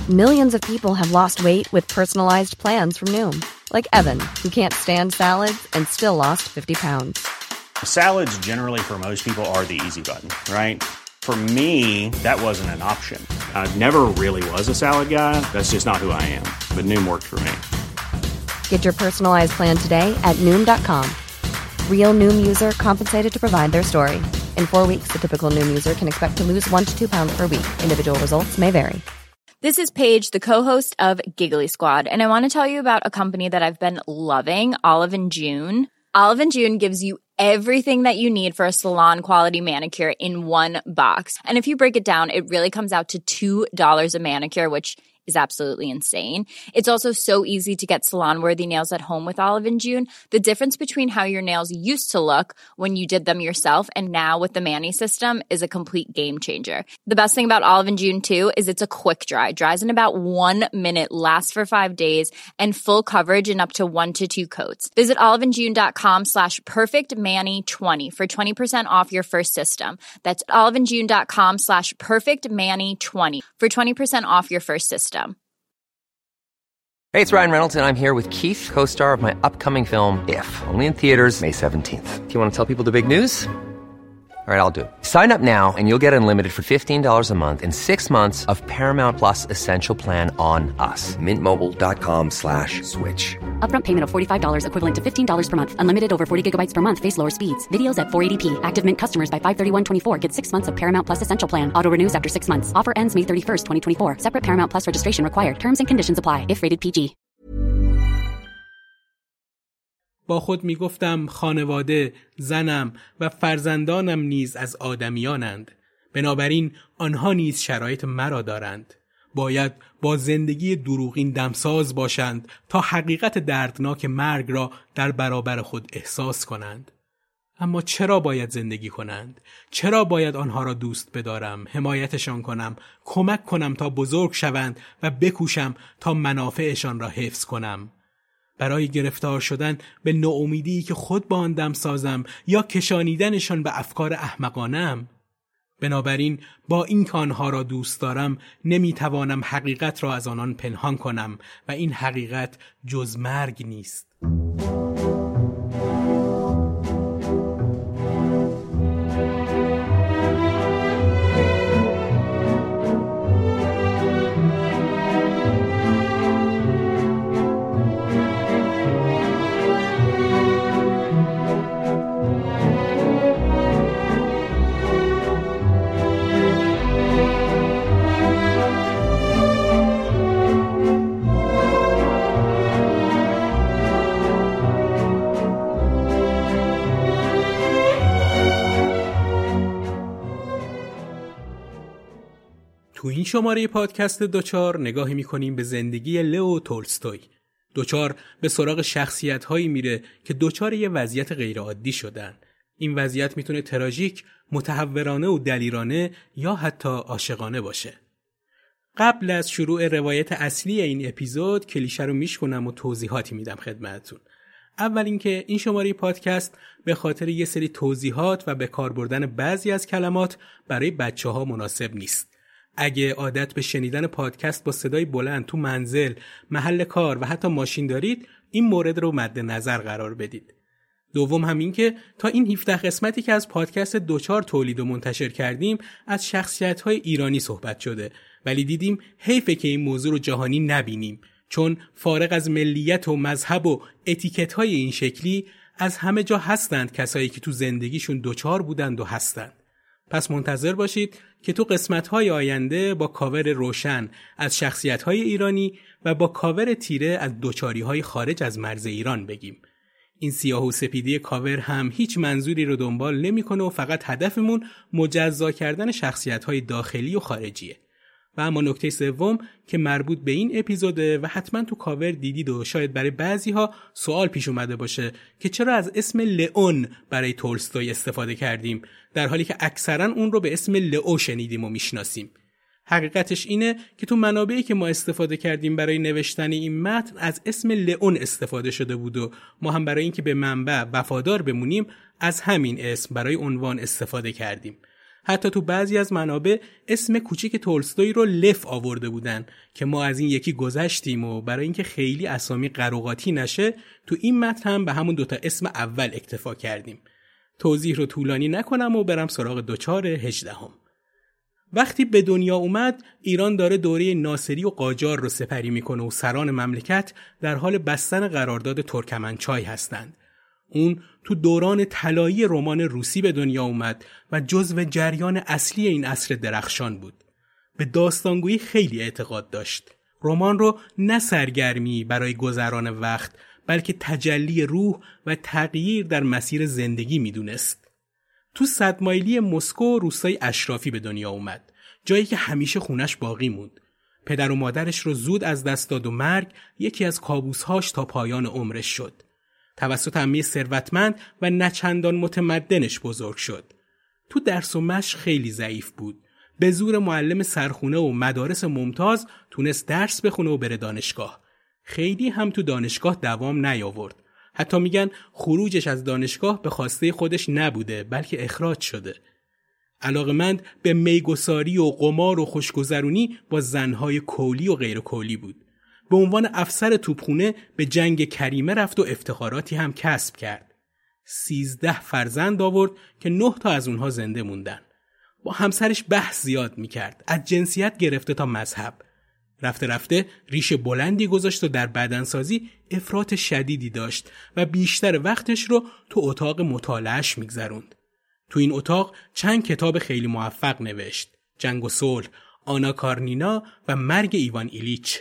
Millions of people have lost weight with personalized plans from Noom. Like Evan, who can't stand salads and still lost 50 pounds. Salads generally for most people are the easy button, right? For me, that wasn't an option. I never really was a salad guy. That's just not who I am. But Noom worked for me. Get your personalized plan today at Noom.com. Real Noom user compensated to provide their story. In 4 weeks, the typical Noom user can expect to lose 1 to 2 pounds per week. Individual results may vary. This is Paige, the co-host of Giggly Squad, and I want to tell you about a company that I've been loving, Olive & June. Olive & June gives you everything that you need for a salon-quality manicure in one box. And if you break it down, it really comes out to $2 a manicure, which is absolutely insane. It's also so easy to get salon-worthy nails at home with Olive & June. The difference between how your nails used to look when you did them yourself and now with the Mani system is a complete game changer. The best thing about Olive & June, too, is it's a quick dry. Dries in about 1 minute, lasts for 5 days, and full coverage in up to 1 to 2 coats. Visit oliveandjune.com/perfectmani20 for 20% off your first system. That's oliveandjune.com/perfectmani20 for 20% off your first system. Hey, it's Ryan Reynolds, and I'm here with Keith, co-star of my upcoming film, If, only in theaters May 17th. Do you want to tell people the big news? All right, I'll do it. Sign up now and you'll get unlimited for $15 a month and 6 months of Paramount Plus Essential Plan on us. MintMobile.com/switch. Upfront payment of $45 equivalent to $15 per month. Unlimited over 40 gigabytes per month. Face lower speeds. Videos at 480p. Active Mint customers by 531.24 get 6 months of Paramount Plus Essential Plan. Auto renews after 6 months. Offer ends May 31st, 2024. Separate Paramount Plus registration required. Terms and conditions apply if rated PG. با خود می گفتم خانواده، زنم و فرزندانم نیز از آدمیانند. بنابراین آنها نیز شرایط مرا دارند. باید با زندگی دروغین دمساز باشند تا حقیقت دردناک مرگ را در برابر خود احساس کنند. اما چرا باید زندگی کنند؟ چرا باید آنها را دوست بدارم، حمایتشان کنم، کمک کنم تا بزرگ شوند و بکوشم تا منافعشان را حفظ کنم؟ برای گرفتار شدن به ناامیدی که خود با آن دم سازم یا کشانیدنشان به افکار احمقانه‌ام؟ بنابراین با این که آنها را دوست دارم نمیتوانم حقیقت را از آنان پنهان کنم و این حقیقت جز مرگ نیست. تو این شماره پادکست دوچار نگاهی می‌کنیم به زندگی لئو تولستوی. دوچار به سراغ شخصیت‌هایی میره که دوچار یه وضعیت غیرعادی شدن. این وضعیت میتونه تراژیک، متهورانه و دلیرانه یا حتی عاشقانه باشه. قبل از شروع روایت اصلی این اپیزود کلیشه رو میشکنم و توضیحاتی میدم خدمتتون. اول اینکه این شماره پادکست به خاطر یه سری توضیحات و به کار بردن بعضی از کلمات برای بچه‌ها مناسب نیست. اگه عادت به شنیدن پادکست با صدای بلند تو منزل، محل کار و حتی ماشین دارید، این مورد رو مد نظر قرار بدید. دوم همین که تا این 17 قسمتی که از پادکست دوچار تولید و منتشر کردیم از شخصیت‌های ایرانی صحبت شده، ولی دیدیم حیفه که این موضوع رو جهانی نبینیم، چون فارغ از ملیت و مذهب و اتیکت‌های این شکلی از همه جا هستند کسایی که تو زندگیشون دوچار بودند و هستند. پس منتظر باشید که تو قسمت‌های آینده با کاور روشن از شخصیت‌های ایرانی و با کاور تیره از دوچاری‌های خارج از مرز ایران بگیم. این سیاه و سپیدی کاور هم هیچ منظوری رو دنبال نمی‌کنه و فقط هدفمون مجزا کردن شخصیت‌های داخلی و خارجیه. و اما نکته سوم که مربوط به این اپیزوده و حتما تو کاور دیدید و شاید برای بعضی‌ها سوال پیش اومده باشه که چرا از اسم لئون برای تولستوی استفاده کردیم در حالی که اکثرا اون رو به اسم لئو شنیدیم و میشناسیم. حقیقتش اینه که تو منابعی که ما استفاده کردیم برای نوشتن این متن از اسم لئون استفاده شده بود و ما هم برای اینکه به منبع وفادار بمونیم از همین اسم برای عنوان استفاده کردیم. حتی تو بعضی از منابع اسم کوچیک تولستوی رو لف آورده بودن که ما از این یکی گذشتیم و برای اینکه خیلی اسامی قروقاتی نشه تو این متن هم به همون دوتا اسم اول اکتفا کردیم. توضیح رو طولانی نکنم و برم سراغ دوچار 18. وقتی به دنیا اومد ایران داره دوره ناصری و قاجار رو سپری میکنه و سران مملکت در حال بستن قرارداد ترکمنچای هستند. اون تو دوران طلایی رمان روسی به دنیا اومد و جزو جریان اصلی این عصر درخشان بود. به داستانگویی خیلی اعتقاد داشت. رمان رو نه سرگرمی برای گذران وقت بلکه تجلی روح و تغییر در مسیر زندگی میدونست. تو 100 مایلی مسکو روستای اشرافی به دنیا اومد، جایی که همیشه خونش باقی موند. پدر و مادرش رو زود از دست داد و مرگ یکی از کابوسهاش تا پایان عمرش شد. توسط عمه ثروتمند و نچندان متمدنش بزرگ شد. تو درس و مشق خیلی ضعیف بود. به زور معلم سرخونه و مدارس ممتاز تونست درس بخونه و بره دانشگاه. خیلی هم تو دانشگاه دوام نیاورد. حتی میگن خروجش از دانشگاه به خواسته خودش نبوده بلکه اخراج شده. علاقمند به میگساری و قمار و خوشگذرونی با زنهای کولی و غیر کولی بود. به عنوان افسر توپخونه به جنگ کریمه رفت و افتخاراتی هم کسب کرد. 13 فرزند آورد که 9 تا از اونها زنده موندن. با همسرش بحث زیاد میکرد، از جنسیت گرفته تا مذهب. رفته رفته ریش بلندی گذاشت و در بدنسازی افراط شدیدی داشت و بیشتر وقتش رو تو اتاق مطالعهش میگذروند. تو این اتاق چند کتاب خیلی موفق نوشت: جنگ و صلح، آنا کارنینا و مرگ ایوان ایلیچ.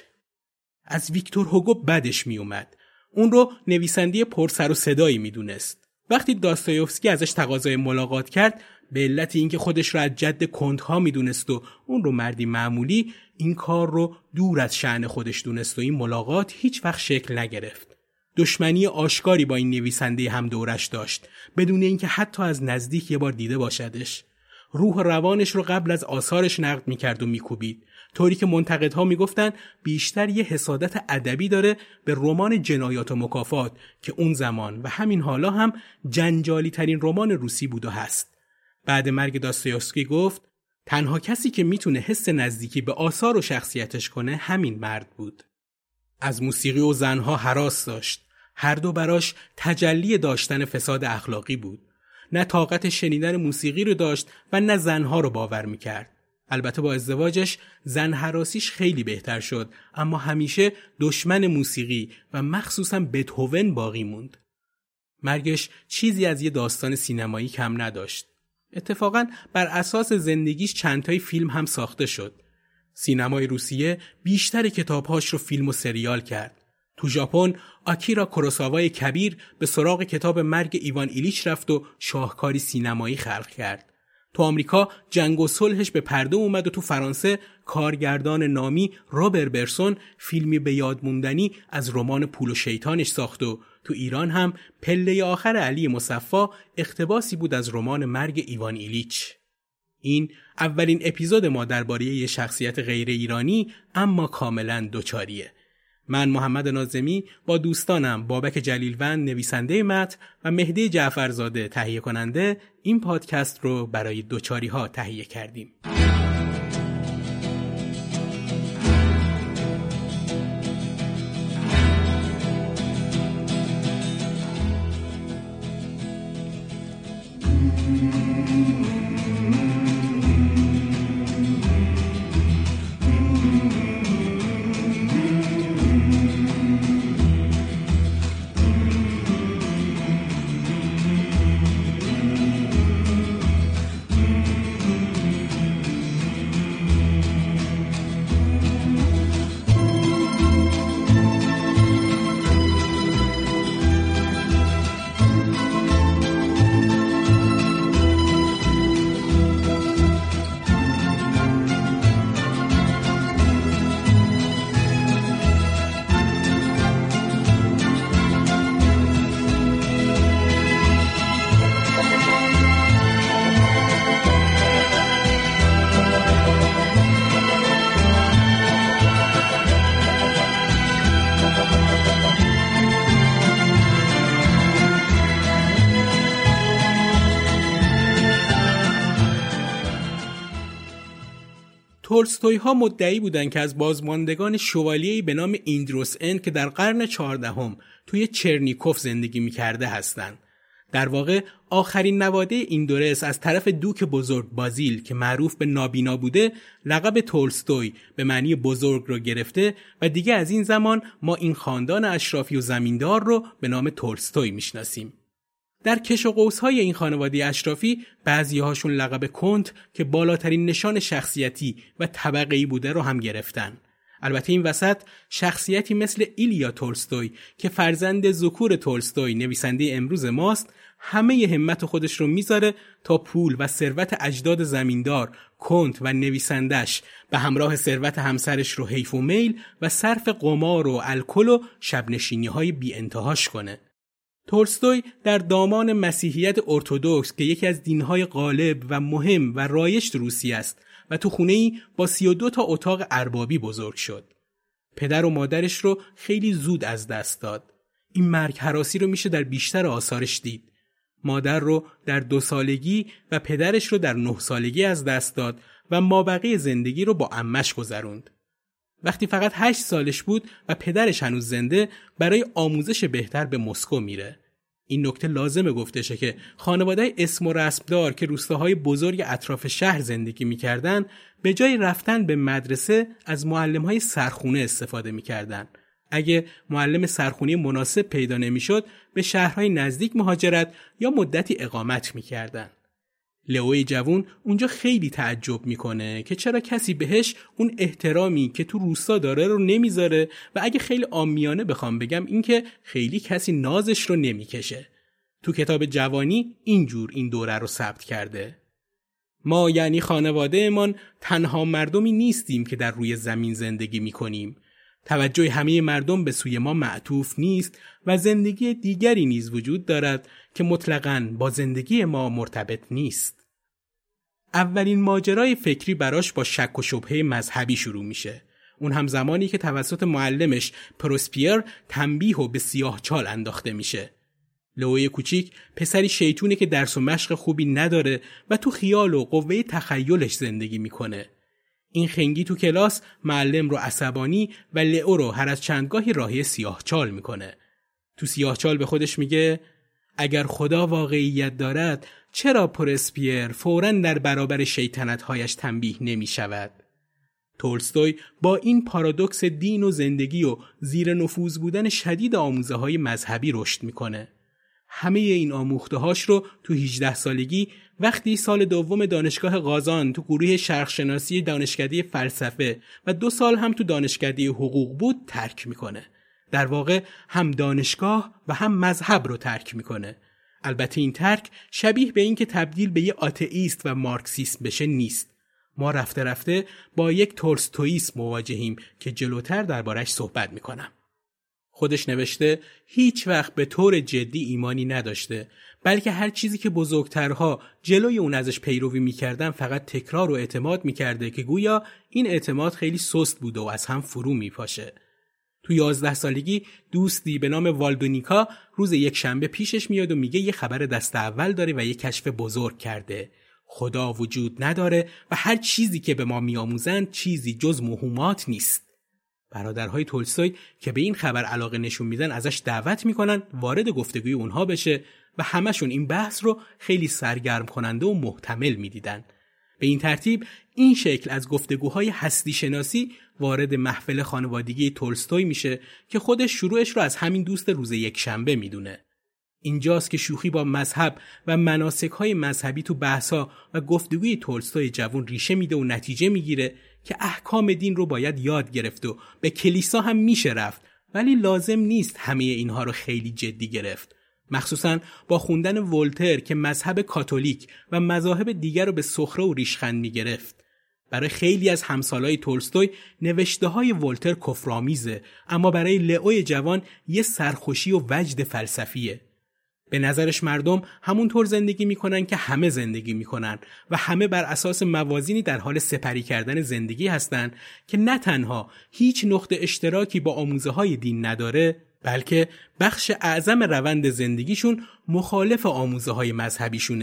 از ویکتور هوگو بدش می اومد. اون رو نویسنده پرسر و صدایی می دونست. وقتی داستایوفسکی ازش تقاضای ملاقات کرد، به علت اینکه خودش رو از جد کندها می دونست و اون رو مردی معمولی، این کار رو دور از شأن خودش دونست و این ملاقات هیچ وقت شکل نگرفت. دشمنی آشکاری با این نویسنده هم دورش داشت، بدون اینکه حتی از نزدیک یه بار دیده باشدش. روح و روانش رو قبل از آثارش نقد می‌کرد و می‌کوبید، طوری که منتقدها میگفتن بیشتر یه حسادت ادبی داره به رمان جنایات و مکافات که اون زمان و همین حالا هم جنجالی ترین رمان روسی بود و هست. بعد مرگ داستایوفسکی گفت تنها کسی که میتونه حس نزدیکی به آثار و شخصیتش کنه همین مرد بود. از موسیقی و زنها هراس داشت. هر دو براش تجلی داشتن فساد اخلاقی بود. نه طاقت شنیدن موسیقی رو داشت و نه زنها رو باور میکرد. البته با ازدواجش زن هراسیش خیلی بهتر شد، اما همیشه دشمن موسیقی و مخصوصا بتهوون باقی موند. مرگش چیزی از یه داستان سینمایی کم نداشت. اتفاقاً بر اساس زندگیش چند تای فیلم هم ساخته شد. سینمای روسیه بیشتر کتابهاش رو فیلم و سریال کرد. تو ژاپن آکیرا کوروساوای کبیر به سراغ کتاب مرگ ایوان ایلیچ رفت و شاهکاری سینمایی خلق کرد. تو آمریکا جنگ و صلحش به پرده اومد و تو فرانسه کارگردان نامی رابر برسون فیلمی به یاد موندنی از رمان پول و شیطانش ساخت و تو ایران هم پله آخر علی مصفا اقتباسی بود از رمان مرگ ایوان ایلیچ. این اولین اپیزود ما درباره یه شخصیت غیر ایرانی اما کاملا دوچاریه. من محمد ناظمی با دوستانم بابک جلیلوند نویسنده متن و مهدی جعفرزاده تهیه کننده این پادکست رو برای دوچاری ها تهیه کردیم. تولستوی ها مدعی بودن که از بازماندگان شوالیه‌ای به نام ایندروس ان که در قرن 14 توی چرنیکوف زندگی می‌کرده هستند. در واقع آخرین نواده ایندورس از طرف دوک بزرگ بازیل که معروف به نابینا بوده لقب تولستوی به معنی بزرگ رو گرفته و دیگه از این زمان ما این خاندان اشرافی و زمیندار رو به نام تولستوی میشناسیم. در کش و قوس‌های این خانواده اشرافی بعضی‌هاشون لقب کنت که بالاترین نشان شخصیتی و طبقه‌ای بوده رو هم گرفتن. البته این وسط شخصیتی مثل ایلیا تولستوی که فرزند ذکور تولستوی نویسنده امروز ماست همه همت خودش رو میذاره تا پول و ثروت اجداد زمیندار کنت و نویسندش به همراه ثروت همسرش رو حیف و میل و صرف قمار و الکل و شبنشینی‌های بی انتهاش کنه. تولستوی در دامان مسیحیت ارتدوکس که یکی از دینهای غالب و مهم و رایج روسیه است و تو خونه‌ای با 32 تا اتاق اربابی بزرگ شد. پدر و مادرش رو خیلی زود از دست داد. این مرگ هراسی رو میشه در بیشتر آثارش دید. مادر رو در 2 سالگی و پدرش رو در 9 سالگی از دست داد و مابقی زندگی رو با عمش گذروند. وقتی فقط 8 سالش بود و پدرش هنوز زنده برای آموزش بهتر به مسکو میره. این نکته لازمه گفته شه که خانواده اسم و رسمدار که روستاهای بزرگ اطراف شهر زندگی میکردن به جای رفتن به مدرسه از معلم‌های سرخونه استفاده میکردن. اگه معلم سرخونی مناسب پیدا نمیشد به شهرهای نزدیک مهاجرت یا مدتی اقامت میکردن. لئوی جوون اونجا خیلی تعجب میکنه که چرا کسی بهش اون احترامی که تو روستا داره رو نمیذاره و اگه خیلی عامیانه بخوام بگم این که خیلی کسی نازش رو نمیکشه. تو کتاب جوانی اینجور این دوره رو ثبت کرده. ما یعنی خانواده‌مان تنها مردمی نیستیم که در روی زمین زندگی میکنیم. توجه همه مردم به سوی ما معطوف نیست و زندگی دیگری نیز وجود دارد که مطلقاً با زندگی ما مرتبط نیست. اولین ماجرای فکری براش با شک و شبهه مذهبی شروع میشه. اون هم زمانی که توسط معلمش پروسپیر تنبیه و به سیاهچال انداخته میشه. لئوی کوچیک پسری شیطونه که درس و مشق خوبی نداره و تو خیال و قوه تخیلش زندگی میکنه. این خنگی تو کلاس معلم رو عصبانی و لئو رو هر از چندگاهی راهی سیاهچال میکنه. تو سیاهچال به خودش میگه اگر خدا واقعیت دارد چرا پروسپیر فوراً در برابر شیطنت‌هایش تنبیه نمی‌شود؟ تولستوی با این پارادوکس دین و زندگی و زیر نفوذ بودن شدید آموزه‌های مذهبی رشد میکنه. همه این آموخته‌هاش رو تو 18 سالگی وقتی سال دوم دانشگاه قازان تو گروه شرقشناسی دانشکده فلسفه و 2 سال هم تو دانشکده حقوق بود ترک میکنه. در واقع هم دانشگاه و هم مذهب رو ترک میکنه. البته این ترک شبیه به این که تبدیل به یه آتئیست و مارکسیست بشه نیست. ما رفته رفته با یک تولستوییسم مواجهیم که جلوتر دربارش صحبت میکنم. خودش نوشته هیچ وقت به طور جدی ایمانی نداشته، بلکه هر چیزی که بزرگترها جلوی اون ازش پیروی میکردن فقط تکرار و اعتماد میکرده که گویا این اعتماد خیلی سست بوده و از هم فرو میپاشه. تو 11 سالگی دوستی به نام والدونیکا روز یک شنبه پیشش میاد و میگه یه خبر دست اول داره و یه کشف بزرگ کرده. خدا وجود نداره و هر چیزی که به ما میآموزند چیزی جز موهومات نیست. برادرهای تولستوی که به این خبر علاقه نشون میدن ازش دعوت میکنن وارد گفتگوی اونها بشه و همشون این بحث رو خیلی سرگرم کننده و محتمل میدیدن. به این ترتیب این شکل از گفتگوهای هستی شناسی وارد محفل خانوادگی تولستوی میشه که خودش شروعش رو از همین دوست روز یک شنبه میدونه. اینجاست که شوخی با مذهب و مناسک‌های مذهبی تو بحث‌ها و گفتگوی تولستوی جوان ریشه میده و نتیجه میگیره که احکام دین رو باید یاد گرفت و به کلیسا هم میشه رفت، ولی لازم نیست همه اینها رو خیلی جدی گرفت. مخصوصاً با خوندن ولتر که مذهب کاتولیک و مذاهب دیگر رو به سخره و ریشخند میگرفت. برای خیلی از همسالای تولستوی نوشته‌های ولتر کفرآمیزه، اما برای لئوی جوان یه سرخوشی و وجد فلسفیه. به نظرش مردم همونطور زندگی میکنن که همه زندگی میکنن و همه بر اساس موازینی در حال سپری کردن زندگی هستن که نه تنها هیچ نقطه اشتراکی با آموزه‌های دین نداره، بلکه بخش اعظم روند زندگیشون مخالف آموزه‌های مذهبیشونه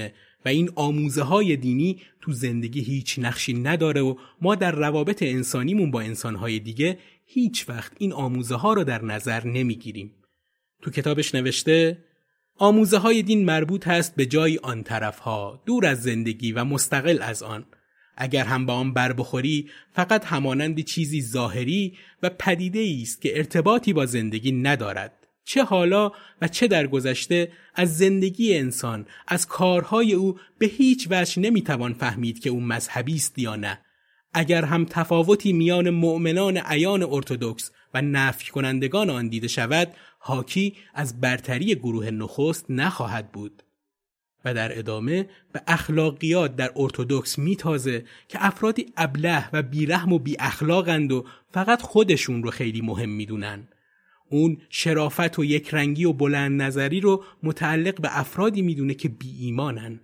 و این آموزه‌های دینی تو زندگی هیچ نقشی نداره و ما در روابط انسانیمون با انسان‌های دیگه هیچ وقت این آموزه‌ها رو در نظر نمیگیریم. تو کتابش نوشته آموزه‌های دین مربوط هست به جای آن طرف‌ها، دور از زندگی و مستقل از آن. اگر هم با آن بر بخوری فقط همانند چیزی ظاهری و پدیده‌ای است که ارتباطی با زندگی ندارد. چه حالا و چه در گذشته از زندگی انسان، از کارهای او به هیچ وجه نمیتوان فهمید که او مذهبی است یا نه. اگر هم تفاوتی میان مؤمنان عیان ارتدوکس و نفی کنندگان آن دیده شود، حاکی از برتری گروه نخست نخواهد بود. و در ادامه به اخلاقیات در ارتدوکس میتازه که افرادی ابله و بیرحم و بی اخلاقند و فقط خودشون رو خیلی مهم میدونن. اون شرافت و یکرنگی و بلند نظری رو متعلق به افرادی میدونه که بی ایمانن.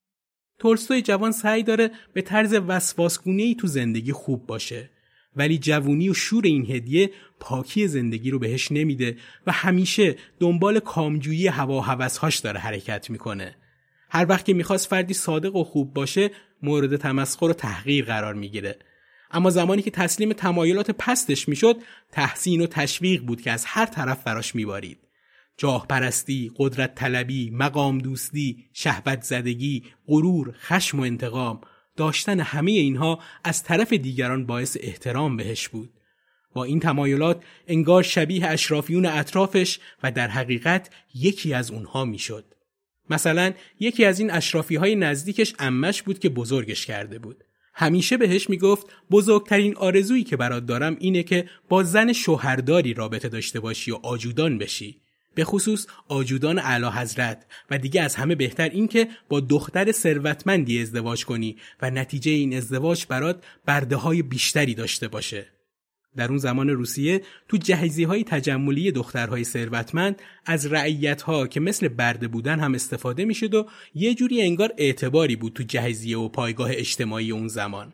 تولستوی جوان سعی داره به طرز وسواسگونه‌ای تو زندگی خوب باشه، ولی جوونی و شور این هدیه پاکی زندگی رو بهش نمیده و همیشه دنبال کامجویی هوا و هوس‌هاش داره حرکت میکنه. هر وقت که میخواست فردی صادق و خوب باشه مورد تمسخر و تحقیر قرار میگیره. اما زمانی که تسلیم تمایلات پستش میشد تحسین و تشویق بود که از هر طرف براش میبارید. جاه پرستی، قدرت طلبی، مقام دوستی، شهوت زدگی، غرور، خشم و انتقام، داشتن همه اینها از طرف دیگران باعث احترام بهش بود. با این تمایلات انگار شبیه اشرافیون اطرافش و در حقیقت یکی از اونها میشد. مثلا یکی از این اشرافی‌های نزدیکش عمش بود که بزرگش کرده بود. همیشه بهش میگفت بزرگترین آرزویی که برات دارم اینه که با زن شوهرداری رابطه داشته باشی و آجودان بشی. به خصوص آجودان اعلی حضرت و دیگه از همه بهتر این که با دختر ثروتمندی ازدواج کنی و نتیجه این ازدواج برات برده‌های بیشتری داشته باشه. در اون زمان روسیه تو جهیزی‌های تجملی دخترهای ثروتمند از رعیت‌ها که مثل برده بودن هم استفاده می‌شد و یه جوری انگار اعتباری بود تو جهیزیه و پایگاه اجتماعی اون زمان.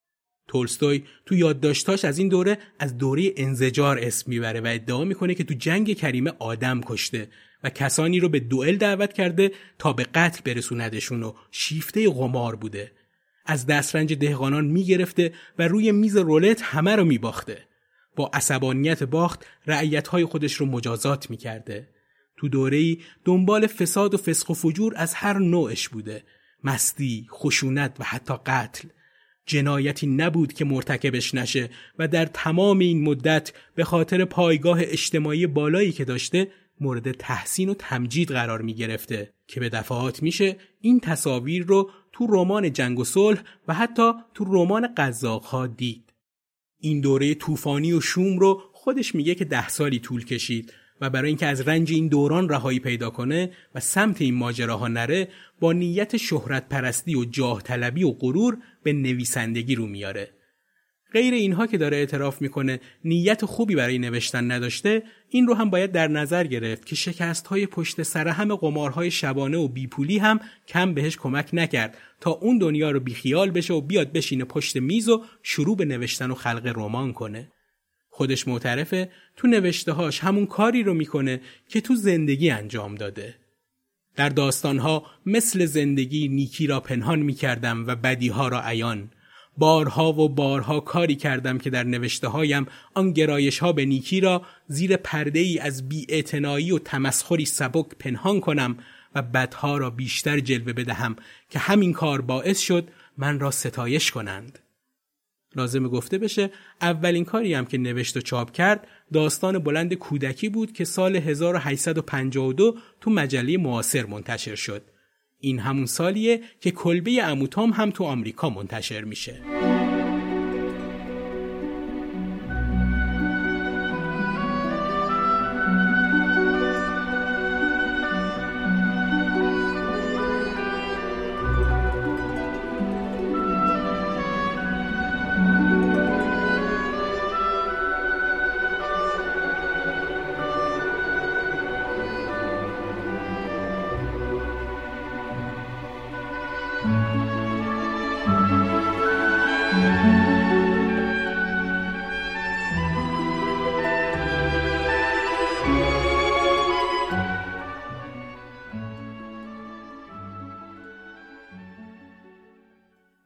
تولستوی تو یادداشتاش از این دوره از دوره انزجار اسم میبره و ادعا میکنه که تو جنگ کریمه آدم کشته و کسانی رو به دوئل دعوت کرده تا به قتل برسوندشون و شیفته قمار بوده. از دسترنج دهقانان میگرفته و روی میز رولت همه رو میباخته. با عصبانیت باخت رعیت‌های خودش رو مجازات میکرده. تو دوره‌ای دنبال فساد و فسق و فجور از هر نوعش بوده. مستی، خشونت و حتی قتل. جنایتی نبود که مرتکبش نشه و در تمام این مدت به خاطر پایگاه اجتماعی بالایی که داشته مورد تحسین و تمجید قرار می گرفته که به دفعات میشه این تصاویر رو تو رمان جنگ و صلح و حتی تو رمان قزاق‌ها دید. این دوره طوفانی و شوم رو خودش میگه که 10 سالی طول کشید و برای اینکه از رنج این دوران رهایی پیدا کنه و سمت این ماجراها نره با نیت شهرت پرستی و جاه طلبی و غرور به نویسندگی رو میاره. غیر اینها که داره اعتراف میکنه نیت خوبی برای نوشتن نداشته، این رو هم باید در نظر گرفت که شکست‌های پشت سر هم قمارهای شبانه و بیپولی هم کم بهش کمک نکرد تا اون دنیا رو بیخیال بشه و بیاد بشینه پشت میز و شروع به نوشتن و خلق رمان کنه. خودش معترفه تو نوشته‌هاش همون کاری رو میکنه که تو زندگی انجام داده. در داستانها مثل زندگی نیکی را پنهان میکردم و بدیها را عیان. بارها و بارها کاری کردم که در نوشته‌هایم آن گرایش‌ها به نیکی را زیر پرده‌ای از بی‌اعتنایی و تمسخری سبک پنهان کنم و بدها را بیشتر جلوه بدهم که همین کار باعث شد من را ستایش کنند. لازم گفته بشه اولین کاری هم که نوشت و چاپ کرد داستان بلند کودکی بود که سال 1852 تو مجله معاصر منتشر شد. این همون سالیه که کلبه عمو تام هم تو آمریکا منتشر میشه.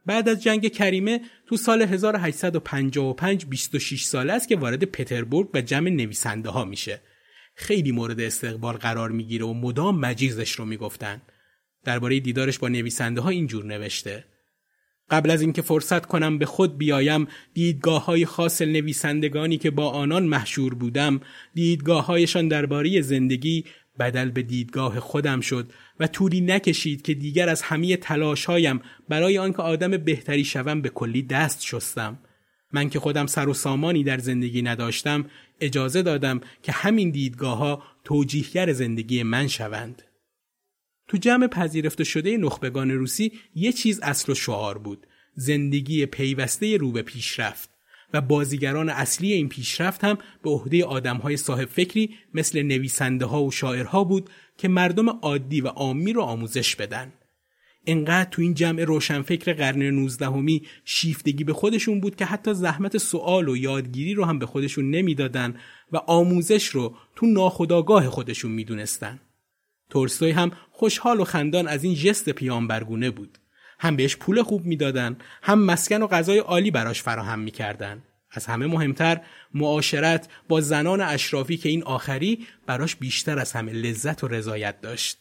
بعد از جنگ کریمه تو سال 1855 26 ساله است که وارد پتربورگ و جمع نویسنده ها میشه. خیلی مورد استقبال قرار میگیره و مدام مجیزش رو میگفتن. درباره دیدارش با نویسنده ها اینجور نوشته: قبل از اینکه فرصت کنم به خود بیایم، دیدگاه‌های خاص نویسندگانی که با آنان محشور بودم، دیدگاه‌هایشان درباره زندگی بدل به دیدگاه خودم شد و طولی نکشید که دیگر از همه تلاش‌هایم برای آنکه آدم بهتری شوم به کلی دست شستم. من که خودم سر و سامانی در زندگی نداشتم، اجازه دادم که همین دیدگاه‌ها توجیهگر زندگی من شوند. تو جمع پذیرفته شده نخبگان روسی یه چیز اصل و شعار بود: زندگی پیوسته رو به پیشرفت، و بازیگران اصلی این پیشرفت هم به عهده آدم‌های صاحب فکری مثل نویسنده‌ها و شاعرها بود که مردم عادی و عامی رو آموزش بدن. انقدر تو این جمع روشنفکر قرن 19 شیفتگی به خودشون بود که حتی زحمت سوال و یادگیری رو هم به خودشون نمیدادن و آموزش رو تو ناخودآگاه خودشون میدونستن. تولستوی هم خوشحال و خندان از این ژست پیامبرگونه بود. هم بهش پول خوب میدادن، هم مسکن و غذای عالی براش فراهم میکردن. از همه مهمتر معاشرت با زنان اشرافی که این آخری براش بیشتر از همه لذت و رضایت داشت.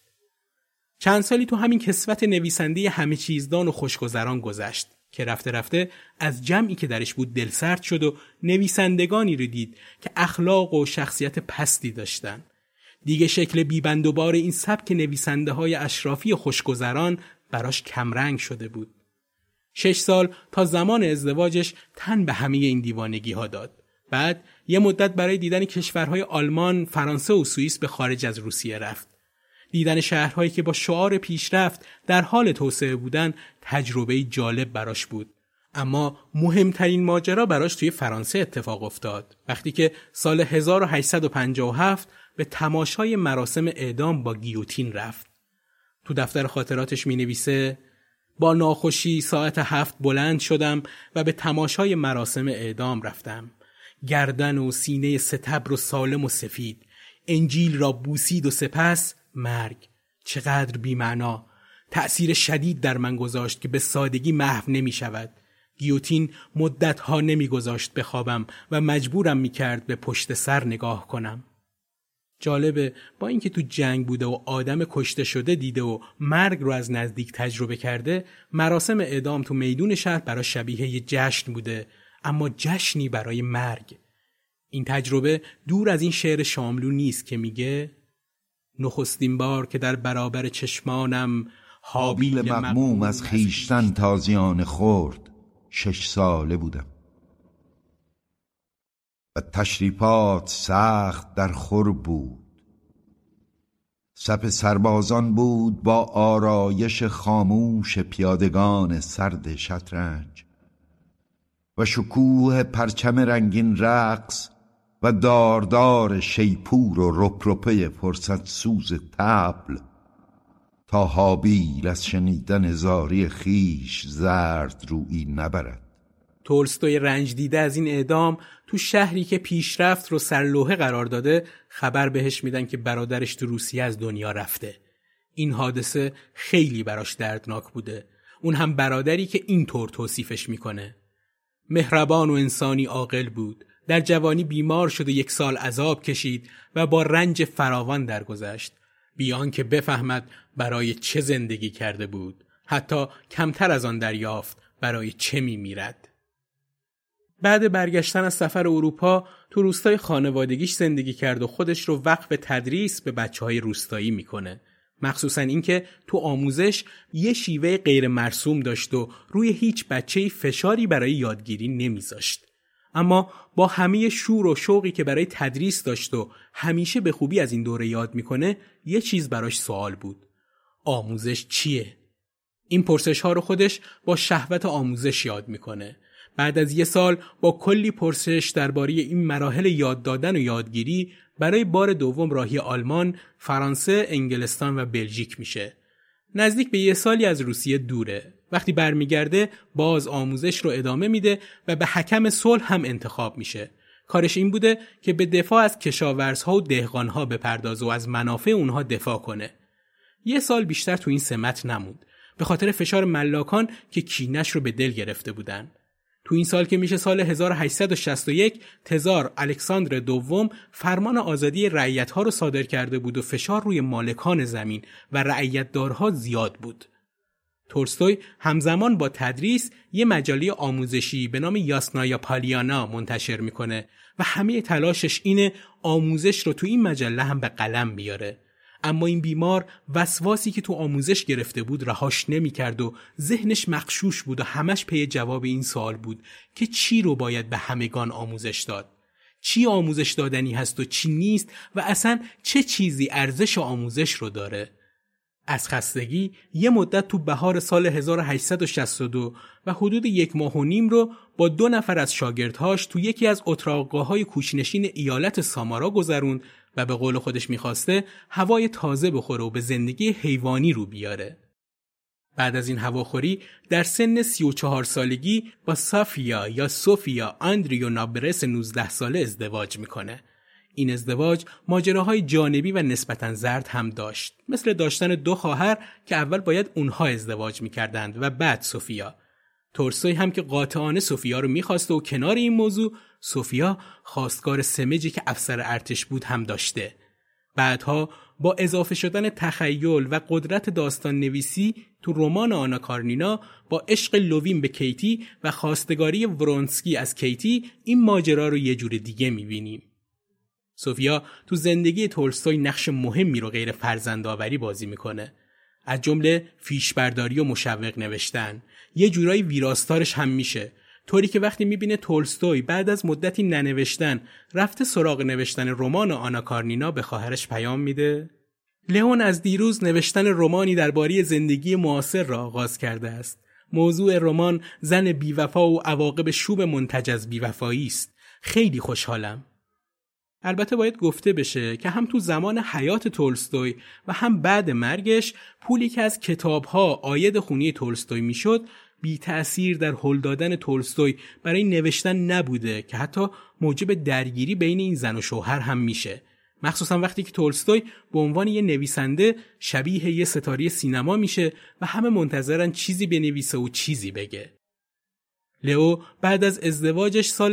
چند سالی تو همین کسوت نویسنده همه چیزدان و خوشگذران گذشت که رفته رفته از جمعی که درش بود دلسرد شد و نویسندگانی رو دید که اخلاق و شخصیت پستی داشتن. دیگه شکل بیبندوبار این سبک نویسنده های اشرافی خوشگذران براش کمرنگ شده بود. 6 سال تا زمان ازدواجش تن به همه این دیوانگی ها داد. بعد یه مدت برای دیدن کشورهای آلمان، فرانسه و سوئیس به خارج از روسیه رفت. دیدن شهرهایی که با شعار پیشرفت در حال توسعه بودن تجربه جالب براش بود. اما مهمترین ماجرا براش توی فرانسه اتفاق افتاد وقتی که سال 1857 به تماشای مراسم اعدام با گیوتین رفت. تو دفتر خاطراتش می نویسه: با ناخوشی ساعت 7 بلند شدم و به تماشای مراسم اعدام رفتم. گردن و سینه ستبر و سالم و سفید، انجیل را بوسید و سپس مرگ. چقدر بی‌معنا. تأثیر شدید در من گذاشت که به سادگی محو نمی شود. گیوتین مدتها نمی گذاشت بخوابم و مجبورم می کرد به پشت سر نگاه کنم. جالبه با اینکه تو جنگ بوده و آدم کشته شده دیده و مرگ رو از نزدیک تجربه کرده، مراسم اعدام تو میدون شهر برای شبیه یه جشن بوده، اما جشنی برای مرگ. این تجربه دور از این شعر شاملو نیست که میگه: نخستین بار که در برابر چشمانم حابیل مغموم از خیشتن تازیانه خورد، 6 ساله بودم و تشریفات سخت در خور بود. صف سربازان بود با آرایش خاموش پیادگان سرد شطرنج و شکوه پرچم رنگین رقص و داردار شیپور و رپرپه فرصت سوز طبل، تا حابیل از شنیدن زاری خیش زرد رویی نبرد. تولستوی رنج دیده از این اعدام تو شهری که پیشرفت رو سرلوحه قرار داده خبر بهش میدن که برادرش تو روسیه از دنیا رفته. این حادثه خیلی براش دردناک بوده. اون هم برادری که اینطور توصیفش میکنه: مهربان و انسانی عاقل بود. در جوانی بیمار شد و 1 سال عذاب کشید و با رنج فراوان درگذشت، بیان که بفهمد برای چه زندگی کرده بود. حتی کمتر از آن دریافت برای چه میمیرد. بعد برگشتن از سفر اروپا تو روستای خانوادگیش زندگی کرد و خودش رو وقف تدریس به بچه‌های روستایی میکنه. مخصوصاً اینکه تو آموزش یه شیوه غیر مرسوم داشت و روی هیچ بچه‌ای فشاری برای یادگیری نمیذاشت. اما با همه شور و شوقی که برای تدریس داشت و همیشه به خوبی از این دوره یاد میکنه، یه چیز براش سوال بود: آموزش چیه؟ این پرسش ها رو خودش با شهوت آموزش یاد میکنه. بعد از 1 سال با کلی پرسش درباره این مراحل یاد دادن و یادگیری برای بار دوم راهی آلمان، فرانسه، انگلستان و بلژیک میشه. نزدیک به 1 سالی از روسیه دوره. وقتی برمیگرده باز آموزش رو ادامه میده و به حکم صلح هم انتخاب میشه. کارش این بوده که به دفاع از کشاورزها و دهقانها بپردازه و از منافع اونها دفاع کنه. 1 سال بیشتر تو این سمت نموند. به خاطر فشار ملاکان که کینش رو به دل گرفته بودن. تو این سال که میشه سال 1861 تزار الکساندر دوم فرمان آزادی رعیت‌ها رو صادر کرده بود و فشار روی مالکان زمین و رعیت‌دارها زیاد بود. تولستوی همزمان با تدریس یه مجله آموزشی به نام یاسنایا پالیانا منتشر میکنه و همه تلاشش اینه آموزش رو تو این مجله هم به قلم بیاره. اما این بیمار وسواسی که تو آموزش گرفته بود رهاش نمی‌کرد و ذهنش مغشوش بود و همش پی جواب این سوال بود که چی رو باید به همگان آموزش داد؟ چی آموزش دادنی هست و چی نیست و اصلا چه چیزی ارزش آموزش رو داره؟ از خستگی یه مدت تو بهار سال 1862 و حدود 1.5 ماه رو با 2 نفر از شاگردهاش تو یکی از اتراقگاه‌های کوچ‌نشین ایالت سامارا گذروند و به قول خودش می‌خواسته هوای تازه بخوره و به زندگی حیوانی رو بیاره. بعد از این هواخوری در سن 34 سالگی با صافیا یا سوفیا آندریونا برس 19 ساله ازدواج میکنه. این ازدواج ماجراهای جانبی و نسبتاً زرد هم داشت، مثل داشتن 2 خواهر که اول باید اونها ازدواج میکردند و بعد سوفیا. تولستوی هم که قاطعانه سوفیا رو میخواسته و کنار این موضوع سوفیا خواستگار سمجی که افسر ارتش بود هم داشته. بعدها با اضافه شدن تخیل و قدرت داستان نویسی تو رمان آنا کارنینا با عشق لوین به کیتی و خواستگاری ورونسکی از کیتی این ماجرا رو یه جور دیگه میبینیم. سوفیا تو زندگی تولستوی نقش مهمی رو غیر فرزندآوری بازی میکنه. از جمله فیشبرداری و مشوق نوشتن. یه جورایی ویراستارش هم میشه. طوری که وقتی میبینه تولستوی بعد از مدتی ننوشتن رفته سراغ نوشتن رمان آنا کارنینا به خواهرش پیام میده. لئون از دیروز نوشتن رمانی درباره زندگی معاصر را آغاز کرده است. موضوع رمان زن بیوفا و عواقب شوب منتج از بیوفایی است. خیلی خوشحالم. البته باید گفته بشه که هم تو زمان حیات تولستوی و هم بعد مرگش پولی که از کتاب‌ها عاید خونی تولستوی میشد بی تأثیر در هل دادن تولستوی برای نوشتن نبوده که حتی موجب درگیری بین این زن و شوهر هم میشه، مخصوصا وقتی که تولستوی به عنوان یه نویسنده شبیه یه ستاره سینما میشه و همه منتظرن چیزی بنویسه و چیزی بگه. لئو بعد از ازدواجش سال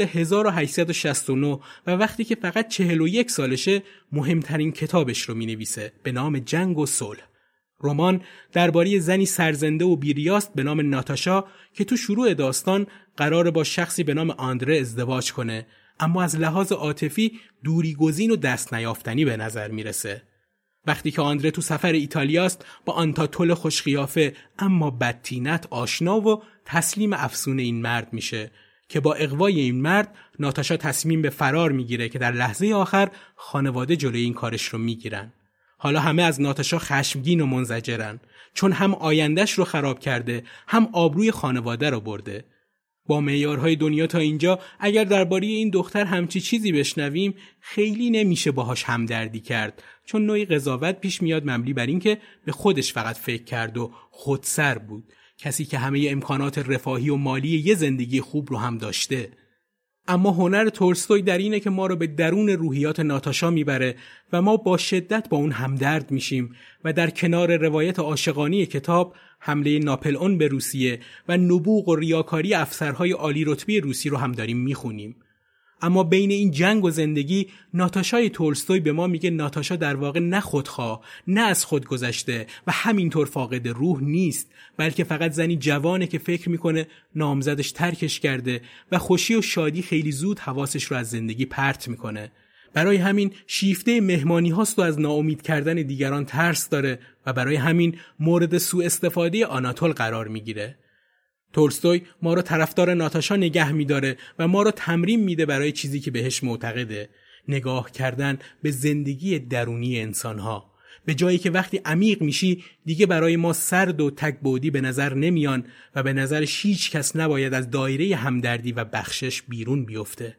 1869 و وقتی که فقط 41 سالشه مهمترین کتابش رو مینویسه به نام جنگ و صلح. رمان درباره زنی سرزنده و بیریاست به نام ناتاشا که تو شروع داستان قراره با شخصی به نام آندره ازدواج کنه، اما از لحاظ عاطفی دوری گزین و دست نیافتنی به نظر میرسه. وقتی که آندره تو سفر ایتالیاست با آنتاتول خوشقیافه اما بدطینت آشنا و تسلیم افسون این مرد میشه که با اغوای این مرد ناتاشا تصمیم به فرار میگیره که در لحظه آخر خانواده جلوی این کارش رو میگیرن. حالا همه از ناتاشا خشمگین و منزجرن چون هم آیندهش رو خراب کرده هم آبروی خانواده رو برده. با معیارهای دنیا تا اینجا اگر درباره این دختر همچی چیزی بشنویم خیلی نمیشه باهاش همدردی کرد، چون نوعی قضاوت پیش میاد مبنی بر این که به خودش فقط فکر کرد و خودسر بود، کسی که همه امکانات رفاهی و مالی یه زندگی خوب رو هم داشته. اما هنر تولستوی در اینه که ما رو به درون روحیات ناتاشا میبره و ما با شدت با اون همدرد میشیم و در کنار روایت عاشقانه کتاب حمله ناپلئون به روسیه و نبوغ و ریاکاری افسرهای عالی رتبه روسی رو هم داریم میخونیم. اما بین این جنگ و زندگی ناتاشای تولستوی به ما میگه ناتاشا در واقع نه خودخواه، نه از خود گذشته و همینطور فاقد روح نیست، بلکه فقط زنی جوانه که فکر میکنه نامزدش ترکش کرده و خوشی و شادی خیلی زود حواسش رو از زندگی پرت میکنه. برای همین شیفته مهمانی هاست و از ناامید کردن دیگران ترس داره و برای همین مورد سوء استفاده آناتول قرار میگیره. تولستوی ما رو طرفدار ناتاشا نگه میداره و ما رو تمرین میده برای چیزی که بهش معتقده، نگاه کردن به زندگی درونی انسانها، به جایی که وقتی عمیق میشی دیگه برای ما سرد و تک‌بعدی به نظر نمیان و به نظرش هیچ کس نباید از دایره همدردی و بخشش بیرون بیفته.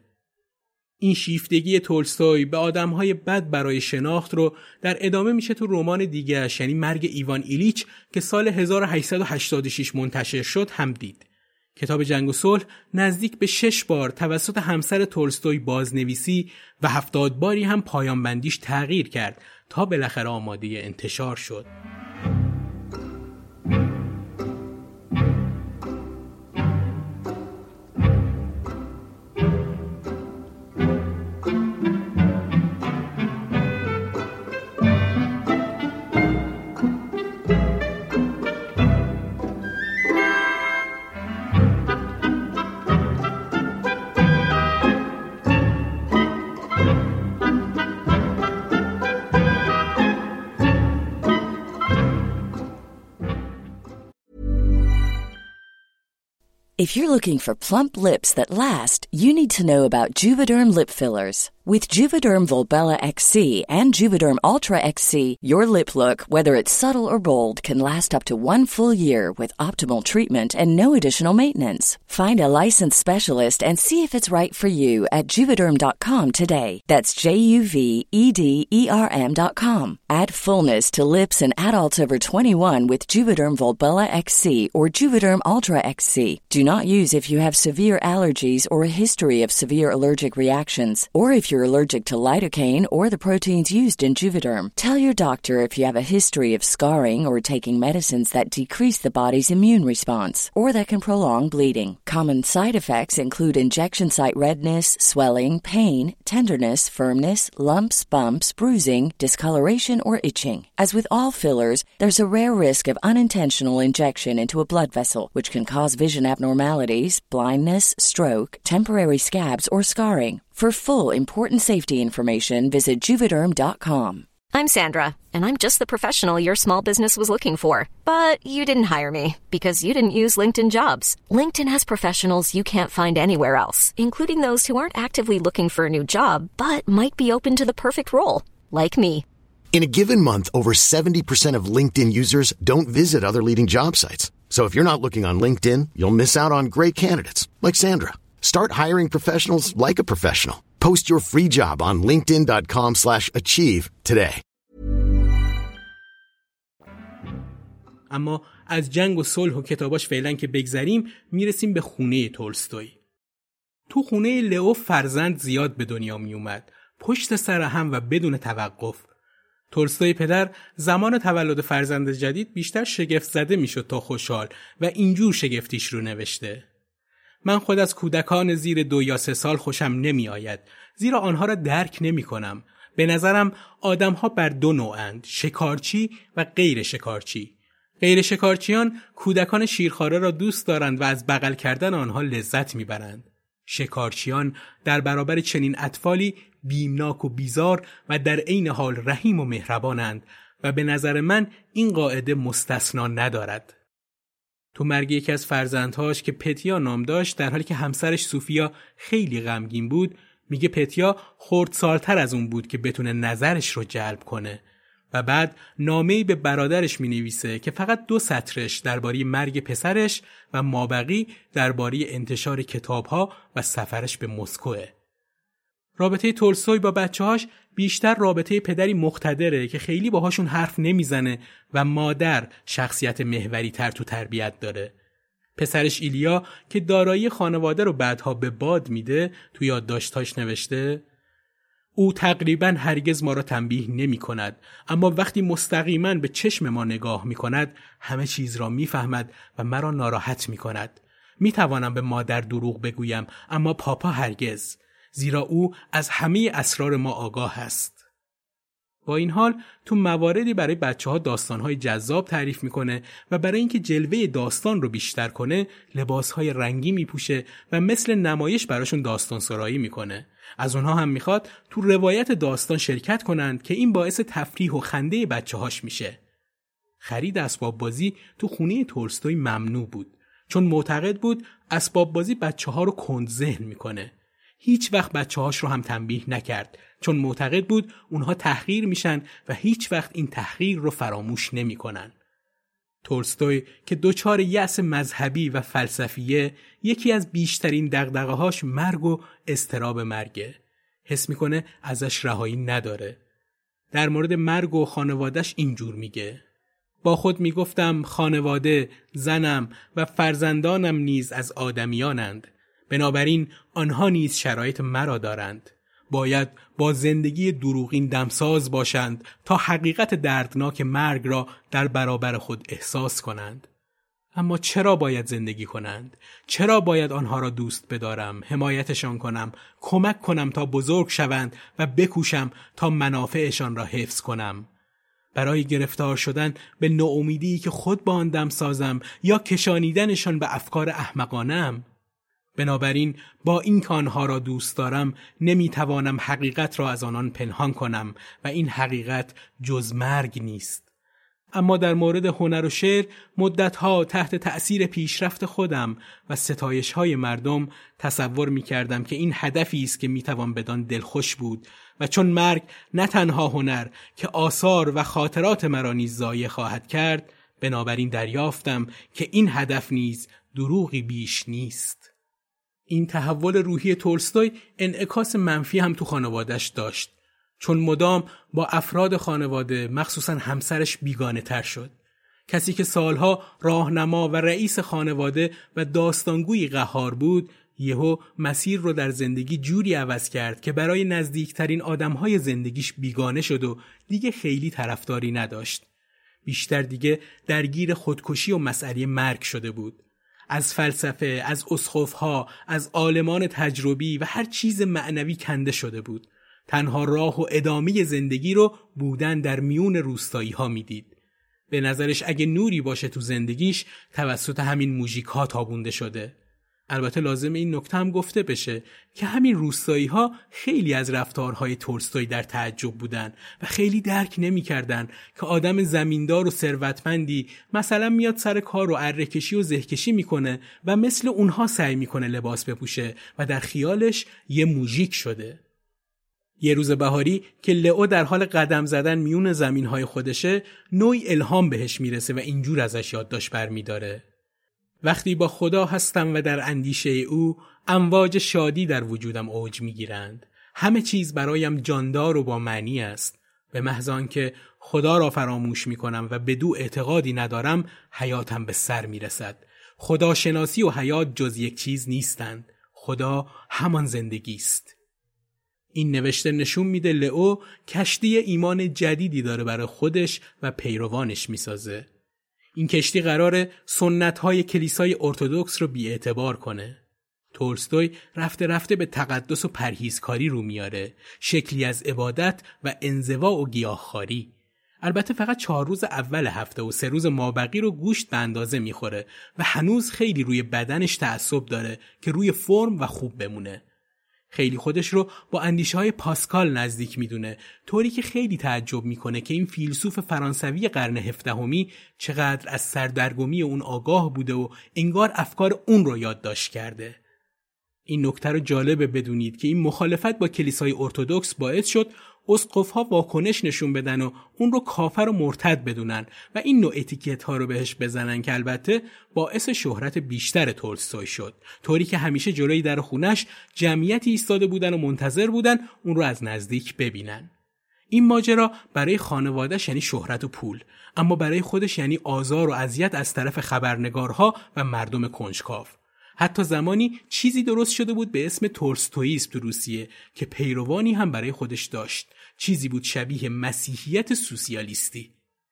این شیفتگی تولستوی به آدمهای بد برای شناخت رو در ادامه میشه تو رمان دیگه‌اش، یعنی مرگ ایوان ایلیچ که سال 1886 منتشر شد هم دید. کتاب جنگ و صلح نزدیک به 6 بار توسط همسر تولستوی بازنویسی و 70 باری هم پایان بندیش تغییر کرد تا بالاخره آماده انتشار شد. If you're looking for plump lips that last, you need to know about Juvederm lip fillers. With Juvederm Volbella XC and Juvederm Ultra XC, your lip look, whether it's subtle or bold, can last up to 1 full year with optimal treatment and no additional maintenance. Find a licensed specialist and see if it's right for you at Juvederm.com today. That's JUVEDERM.com. Add fullness to lips in adults over 21 with Juvederm Volbella XC or Juvederm Ultra XC. Do not use if you have severe allergies or a history of severe allergic reactions, or if you're allergic to lidocaine or the proteins used in Juvederm. Tell your doctor if you have a history of scarring or taking medicines that decrease the body's immune response or that can prolong bleeding. Common side effects include injection site redness, swelling, pain, tenderness, firmness, lumps, bumps, bruising, discoloration, or itching. As with all fillers, there's a rare risk of unintentional injection into a blood vessel, which can cause vision abnormalities, blindness, stroke, temporary scabs, or scarring. For full, important safety information, visit Juvederm.com. I'm Sandra, and I'm just the professional your small business was looking for. But you didn't hire me because you didn't use LinkedIn Jobs. LinkedIn has professionals you can't find anywhere else, including those who aren't actively looking for a new job, but might be open to the perfect role, like me. In a given month, over 70% of LinkedIn users don't visit other leading job sites. So if you're not looking on LinkedIn, you'll miss out on great candidates, like Sandra. Start hiring professionals like a professional. Post your free job on linkedin.com/achieve today. اما از جنگ و صلح و کتاباش فعلا که بگذریم، میرسیم به خونه تولستوی. تو خونه لئو فرزند زیاد به دنیا می اومد، پشت سر هم و بدون توقف. تولستوی پدر زمان تولد فرزند جدید بیشتر شگفت زده میشد تا خوشحال و اینجور شگفتیش رو نوشته: من خود از کودکان زیر 2 یا 3 سال خوشم نمی آید، زیرا آنها را درک نمی کنم. به نظرم آدم‌ها بر 2 نوعند، شکارچی و غیر شکارچی. غیر شکارچیان کودکان شیرخواره را دوست دارند و از بغل کردن آنها لذت میبرند. شکارچیان در برابر چنین اطفالی بیمناک و بیزار و در عین حال رحیم و مهربانند و به نظر من این قاعده مستثنا ندارد. تو مرگ یکی از فرزندهاش که پتیا نام داشت، در حالی که همسرش سوفیا خیلی غمگین بود، میگه پتیا خردسال‌تر از اون بود که بتونه نظرش رو جلب کنه و بعد نامه‌ای به برادرش می‌نویسه که فقط 2 سطرش درباره مرگ پسرش و مابقی درباره انتشار کتاب‌ها و سفرش به مسکوه. رابطه تولستوی با بچه‌هاش بیشتر رابطه پدری مقتدره که خیلی باهاشون حرف نمیزنه و مادر شخصیت محوری تر تو تربیت داره. پسرش ایلیا که دارایی خانواده رو بعدها به باد میده تو یادداشتاش نوشته: او تقریباً هرگز ما را تنبیه نمی کند، اما وقتی مستقیماً به چشم ما نگاه می کند همه چیز را می فهمد و مرا ناراحت می کند. می توانم به مادر دروغ بگویم، اما پاپا هرگز، زیرا او از همه اسرار ما آگاه است. با این حال تو مواردی برای بچه‌ها داستان‌های جذاب تعریف می‌کنه و برای اینکه جلوه داستان رو بیشتر کنه لباس‌های رنگی می‌پوشه و مثل نمایش براشون داستان سرایی می‌کنه. از اونها هم می‌خواد تو روایت داستان شرکت کنند که این باعث تفریح و خنده بچه‌هاش میشه. خرید اسباب بازی تو خونه تولستوی ممنوع بود، چون معتقد بود اسباب بازی بچه‌ها رو کندذهن می‌کنه. هیچ وقت بچه‌هاش رو هم تنبیه نکرد، چون معتقد بود اونها تحقیر میشن و هیچ وقت این تحقیر رو فراموش نمی‌کنن. تولستوی که دچار یأس مذهبی و فلسفیه، یکی از بیشترین دغدغه‌هاش مرگ و اضطراب مرگه. حس می‌کنه ازش رهایی نداره. در مورد مرگ و خانواده‌اش اینجور میگه: با خود میگفتم خانواده، زنم و فرزندانم نیز از آدمیانند. بنابراین آنها نیز شرایط مرا دارند. باید با زندگی دروغین دمساز باشند تا حقیقت دردناک مرگ را در برابر خود احساس کنند. اما چرا باید زندگی کنند؟ چرا باید آنها را دوست بدارم، حمایتشان کنم، کمک کنم تا بزرگ شوند و بکوشم تا منافعشان را حفظ کنم؟ برای گرفتار شدن به ناامیدی که خود با آن دمسازم یا کشانیدنشان به افکار احمقانه‌ام؟ بنابراین با این که آنها را دوست دارم نمیتوانم حقیقت را از آنان پنهان کنم و این حقیقت جز مرگ نیست. اما در مورد هنر و شعر مدتها تحت تأثیر پیشرفت خودم و ستایش‌های مردم تصور می‌کردم که این هدفی است که می‌توان بدان دلخوش بود و چون مرگ نه تنها هنر که آثار و خاطرات مرا نیز ضایع خواهد کرد، بنابراین دریافتم که این هدف نیز دروغی بیش نیست. این تحول روحی تولستوی انعکاس منفی هم تو خانواده‌اش داشت، چون مدام با افراد خانواده مخصوصاً همسرش بیگانه تر شد. کسی که سالها راهنما و رئیس خانواده و داستانگوی قهار بود، یهو مسیر رو در زندگی جوری عوض کرد که برای نزدیکترین آدمهای زندگیش بیگانه شد و دیگه خیلی طرفداری نداشت. بیشتر دیگه درگیر خودکشی و مسئله مرگ شده بود. از فلسفه، از اسقف‌ها، از عالمان تجربی و هر چیز معنوی کنده شده بود. تنها راه و ادامه زندگی رو بودن در میون روستایی ها میدید. به نظرش اگه نوری باشه تو زندگیش توسط همین موژیک ها تابونده شده. البته لازم این نکته هم گفته بشه که همین روستایی ها خیلی از رفتارهای تولستوی در تعجب بودن و خیلی درک نمی کردن که آدم زمیندار و ثروتمندی مثلا میاد سر کار و اره‌کشی و زهکشی میکنه و مثل اونها سعی میکنه لباس بپوشه و در خیالش یه موژیک شده. یه روز بهاری که لئو در حال قدم زدن میون زمینهای خودشه، نوعی الهام بهش میرسه و اینجور ازش یادداشت برمیداره. وقتی با خدا هستم و در اندیشه او، امواج شادی در وجودم اوج میگیرند. همه چیز برایم جاندار و با معنی است. به محض آنکه خدا را فراموش میکنم و بدو اعتقادی ندارم، حیاتم به سر میرسد. خدا شناسی و حیات جز یک چیز نیستند. خدا همان زندگی است. این نوشته نشون میده لئو کشتی ایمان جدیدی داره برای خودش و پیروانش میسازه. این کشتی قراره سنت‌های کلیسای ارتدوکس رو بی‌اعتبار کنه. تولستوی رفته رفته به تقدس و پرهیزکاری رو میاره، شکلی از عبادت و انزوا و گیاهخواری. البته فقط 4 روز اول هفته و 3 روز مابقی رو گوشت به اندازه میخوره و هنوز خیلی روی بدنش تعصب داره که روی فرم و خوب بمونه. خیلی خودش رو با اندیشه‌های پاسکال نزدیک میدونه، طوری که خیلی تعجب میکنه که این فیلسوف فرانسوی قرن 17 چقدر از سردرگمی اون آگاه بوده و انگار افکار اون رو یادداشت کرده. این نکته رو جالبه بدونید که این مخالفت با کلیسای ارتدوکس باعث شد اسقف‌ها واکنش نشون بدن و اون رو کافر و مرتد بدونن و این نوع اتیکت‌ها رو بهش بزنن که البته باعث شهرت بیشتر تولستوی شد، طوری که همیشه جلوی در خونش جمعیتی ایستاده بودن و منتظر بودن اون رو از نزدیک ببینن. این ماجرا برای خانواده‌اش یعنی شهرت و پول، اما برای خودش یعنی آزار و اذیت از طرف خبرنگارها و مردم کنجکاو. حتی زمانی چیزی درست شده بود به اسم تولستوییسم تو روسیه که پیروانی هم برای خودش داشت. چیزی بود شبیه مسیحیت سوسیالیستی.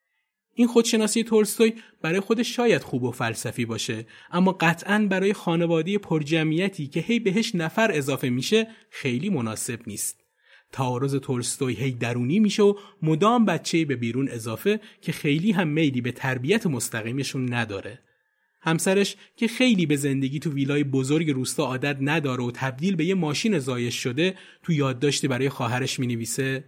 این خودشناسی تولستوی برای خودش شاید خوب و فلسفی باشه، اما قطعاً برای خانواده پرجمعیتی که هی بهش نفر اضافه میشه خیلی مناسب نیست. تعارض تولستوی هی درونی میشه و مدام بچه‌ای به بیرون اضافه که خیلی هم میلی به تربیت مستقیمشون نداره. همسرش که خیلی به زندگی تو ویلای بزرگ روستا عادت نداره و تبدیل به یه ماشین زایش شده، تو یادداشتی برای خواهرش مینویسه: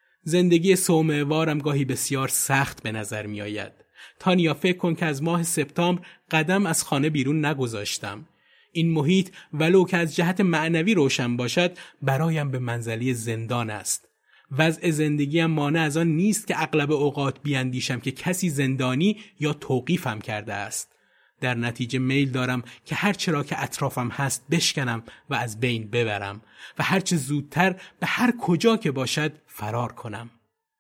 زندگی صومعه‌وارم گاهی بسیار سخت به نظر می آید. تانیا فکر کن که از ماه سپتامبر قدم از خانه بیرون نگذاشتم. این محیط ولو که از جهت معنوی روشن باشد برایم به منزله زندان است. وضع زندگیم مانع از آن نیست که اغلب اوقات بیاندیشم که کسی زندانی یا توقیفم کرده است. در نتیجه میل دارم که هر چرا که اطرافم هست بشکنم و از بین ببرم و هرچه زودتر به هر کجا که باشد فرار کنم.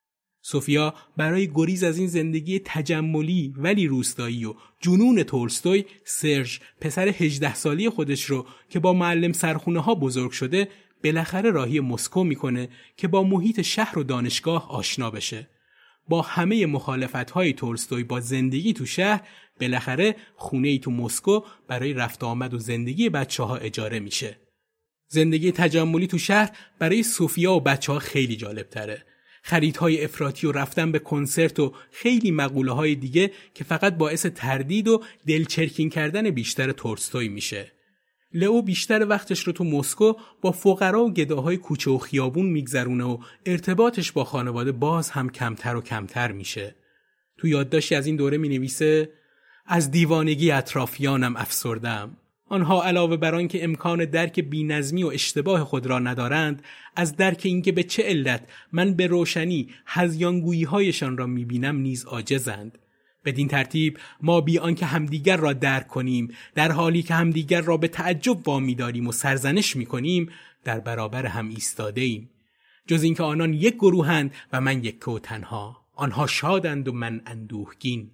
سوفیا برای گریز از این زندگی تجملی ولی روستایی و جنون تولستوی، سرژ پسر 18 سالی خودش رو که با معلم سرخونه ها بزرگ شده بالاخره راهی مسکو میکنه که با محیط شهر و دانشگاه آشنا بشه. با همه مخالفت‌های تولستوی با زندگی تو شهر، بالاخره خونه‌ای تو مسکو برای رفت آمد و زندگی بچه‌ها اجاره میشه. زندگی تجملی تو شهر برای سوفیا و بچه‌ها خیلی جالب‌تره. خریدهای افراطی و رفتن به کنسرت و خیلی مقوله‌های دیگه که فقط باعث تردید و دلچرکین کردن بیشتر تولستوی میشه. لئو بیشتر وقتش رو تو مسکو با فقرا و گداهای کوچه و خیابون میگذرونه و ارتباطش با خانواده باز هم کمتر و کمتر میشه. تو یادداشتی از این دوره می‌نویسه از دیوانگی اطرافیانم افسرده‌ام. آنها علاوه بر آن که امکان درک بی‌نظمی و اشتباه خود را ندارند، از درک اینکه به چه علت من به روشنی هذیانگویی‌هایشان را می‌بینم نیز عاجزند. بدین ترتیب ما بی آنکه همدیگر را درک کنیم، در حالی که همدیگر را به تعجب وامی داریم و سرزنش می‌کنیم، در برابر هم ایستاده ایم. جز اینکه آنان یک گروهند و من یک و تنها. آنها شادند و من اندوهگین.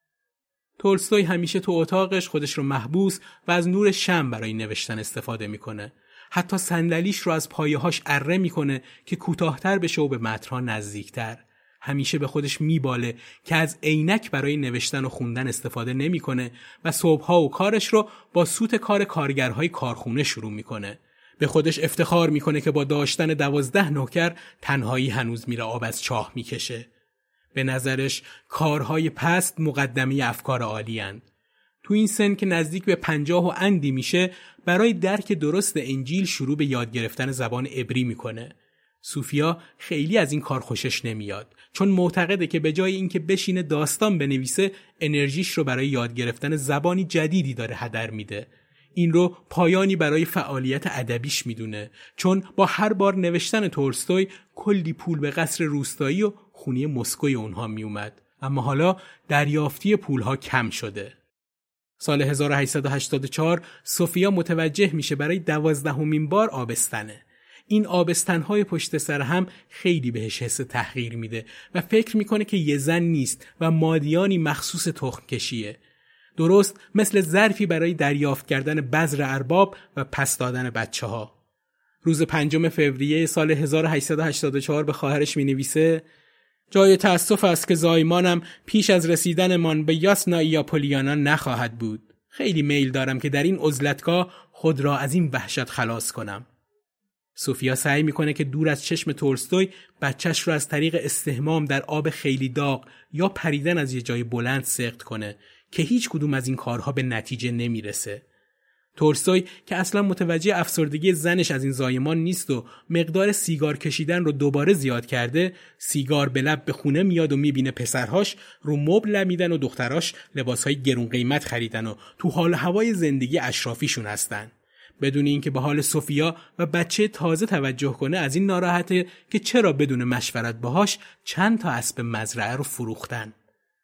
تولستوی همیشه تو اتاقش خودش رو محبوس و از نور شمع برای نوشتن استفاده میکنه. حتی صندلیش رو از پایه‌هاش اره میکنه که کوتاه‌تر بشه و به متن‌ها نزدیکتر. همیشه به خودش میباله که از عینک برای نوشتن و خوندن استفاده نمیکنه و صبح‌ها و کارش رو با سوت کار کارگرهای کارخونه شروع میکنه. به خودش افتخار میکنه که با داشتن 12 نوکر تنهایی هنوز میره آب از چاه میکشه. به نظرش کارهای پست مقدمه افکار عالی هستند. تو این سن که نزدیک به 50 و اندی میشه، برای درک درست انجیل شروع به یاد گرفتن زبان عبری میکنه. سوفیا خیلی از این کار خوشش نمیاد، چون معتقده که به جای اینکه بشینه داستان بنویسه، انرژیش رو برای یاد گرفتن زبانی جدیدی داره هدر میده. این رو پایانی برای فعالیت ادبیش میدونه، چون با هر بار نوشتن تولستوی کلی پول به قصر روستایی و خونه مسکوی اونها میومد. اما حالا دریافتی پولها کم شده. سال 1884 سوفیا متوجه میشه برای 12مین بار آبستنه. این آبستن‌های پشت سر هم خیلی بهش حس تحقیر میده و فکر میکنه که یه زن نیست و مادیانی مخصوص تخم کشیه. درست مثل ظرفی برای دریافت کردن بذر ارباب و پس دادن بچه‌ها. روز 5 فوریه سال 1884 به خواهرش می‌نویسه: جای تأسف است که زایمانم پیش از رسیدنمان به یاسنا یا پولیانا نخواهد بود. خیلی میل دارم که در این عزلتگاه خود را از این وحشت خلاص کنم. سوفیا سعی میکنه که دور از چشم تولستوی بچهش رو از طریق استحمام در آب خیلی داغ یا پریدن از یه جای بلند سقط کنه که هیچ کدوم از این کارها به نتیجه نمیرسه. تولستوی که اصلا متوجه افسردگی زنش از این زایمان نیست و مقدار سیگار کشیدن رو دوباره زیاد کرده، سیگار به لب به خونه میاد و میبینه پسرهاش رو مبل لمیدن و دختراش لباسهای گرون قیمت خریدن و تو حال هوای زندگی اشرافیشون هستن. بدون اینکه به حال سوفیا و بچه تازه توجه کنه، از این ناراحته که چرا بدون مشورت باهاش چند تا اسب مزرعه رو فروختن.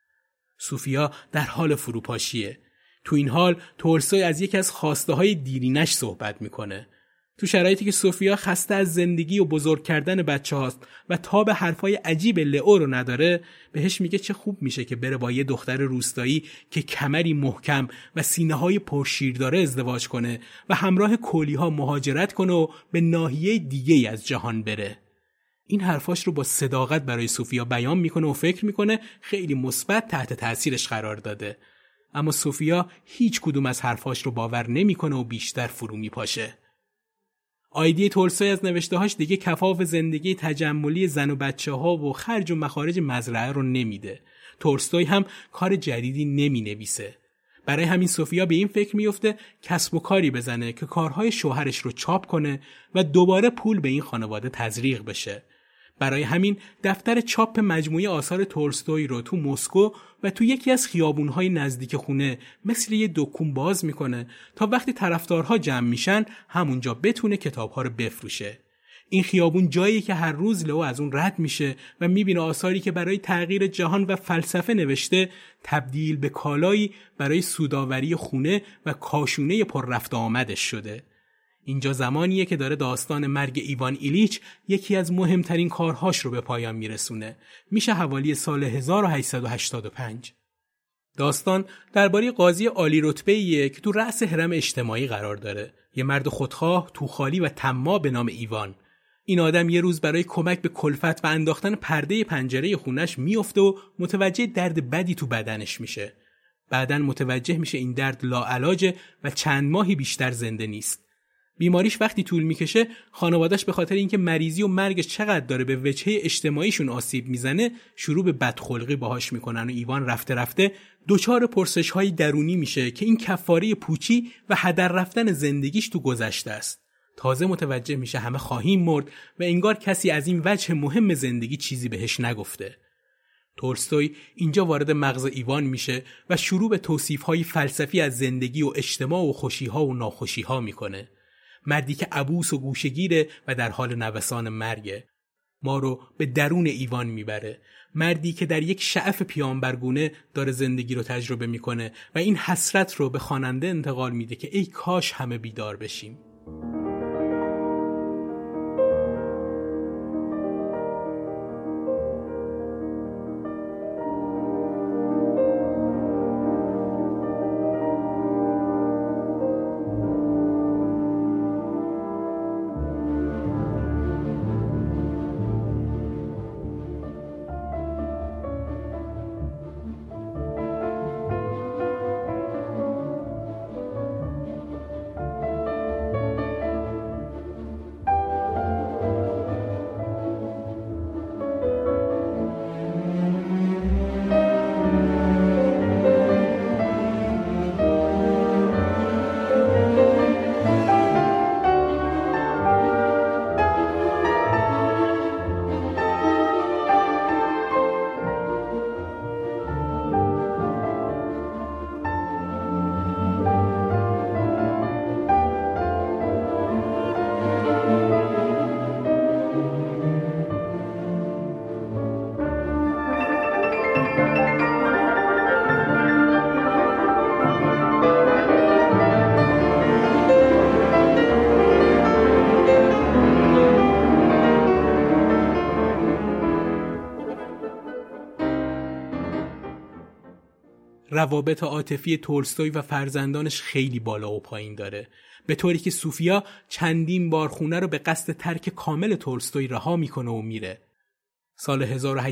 سوفیا در حال فروپاشیه. تو این حال تولستوی از یکی از خواسته‌های دیرینش صحبت میکنه. تو شرایطی که سوفیا خسته از زندگی و بزرگ کردن بچه هاست و تاب حرفای عجیب لئو رو نداره، بهش میگه چه خوب میشه که بره با یه دختر روستایی که کمری محکم و سینه‌های پرشیر داره ازدواج کنه و همراه کولی‌ها مهاجرت کنه و به ناحیه دیگه‌ای از جهان بره. این حرفاش رو با صداقت برای سوفیا بیان میکنه و فکر میکنه خیلی مثبت تحت تأثیرش قرار داده. اما سوفیا هیچ کدوم از حرفاش رو باور نمیکنه و بیشتر فرو میپاشه. آیدی تولستوی از نوشته‌هاش دیگه کفاف زندگی تجملی زن و بچه‌ها و خرج و مخارج مزرعه رو نمیده. تولستوی هم کار جدیدی نمینویسه. برای همین سوفیا به این فکر میفته کسب و کاری بزنه که کارهای شوهرش رو چاپ کنه و دوباره پول به این خانواده تزریق بشه. برای همین دفتر چاپ مجموعه آثار تولستوی رو تو مسکو و تو یکی از خیابون‌های نزدیک خونه مثل یه دکون باز میکنه تا وقتی طرفدارها جمع میشن همونجا بتونه کتاب‌ها رو بفروشه. این خیابون جایی که هر روز لئو از اون رد میشه و میبینه آثاری که برای تغییر جهان و فلسفه نوشته تبدیل به کالایی برای سوداوری خونه و کاشونه پر رفت آمدش شده. اینجا زمانیه که داره داستان مرگ ایوان ایلیچ یکی از مهمترین کارهاش رو به پایان میرسونه. میشه حوالی سال 1885. داستان درباره قاضی عالی رتبه‌ایه که تو رأس هرم اجتماعی قرار داره. یه مرد خودخواه، توخالی و طماع به نام ایوان. این آدم یه روز برای کمک به کلفت و انداختن پرده پنجره خونش میفته و متوجه درد بدی تو بدنش میشه. بعدن متوجه میشه این درد لاعلاجه و چند ماهی بیشتر زنده نیست. بیماریش وقتی طول میکشه، خانواده‌اش به خاطر اینکه مریضی و مرگش چقدر داره به وجهه اجتماعیشون آسیب میزنه، شروع به بدخلقی باهاش میکنن و ایوان رفته رفته دچار پرسش‌های درونی میشه که این کفاره پوچی و هدر رفتن زندگیش تو گذشته است. تازه متوجه میشه همه خواهیم مرد و انگار کسی از این وجه مهم زندگی چیزی بهش نگفته. تولستوی اینجا وارد مغز ایوان میشه و شروع به توصیف‌های فلسفی از زندگی و اجتماع و خوشی‌ها و ناخوشی‌ها میکنه. مردی که عبوس و گوشه‌گیره و در حال نوسان مرگه. ما رو به درون ایوان میبره. مردی که در یک شعف پیامبرگونه داره زندگی رو تجربه میکنه و این حسرت رو به خواننده انتقال میده که ای کاش همه بیدار بشیم. روابط عاطفی تولستوی و فرزندانش خیلی بالا و پایین داره، به طوری که سوفیا چندین بار خونه رو به قصد ترک کامل تولستوی رها میکنه و میره. سال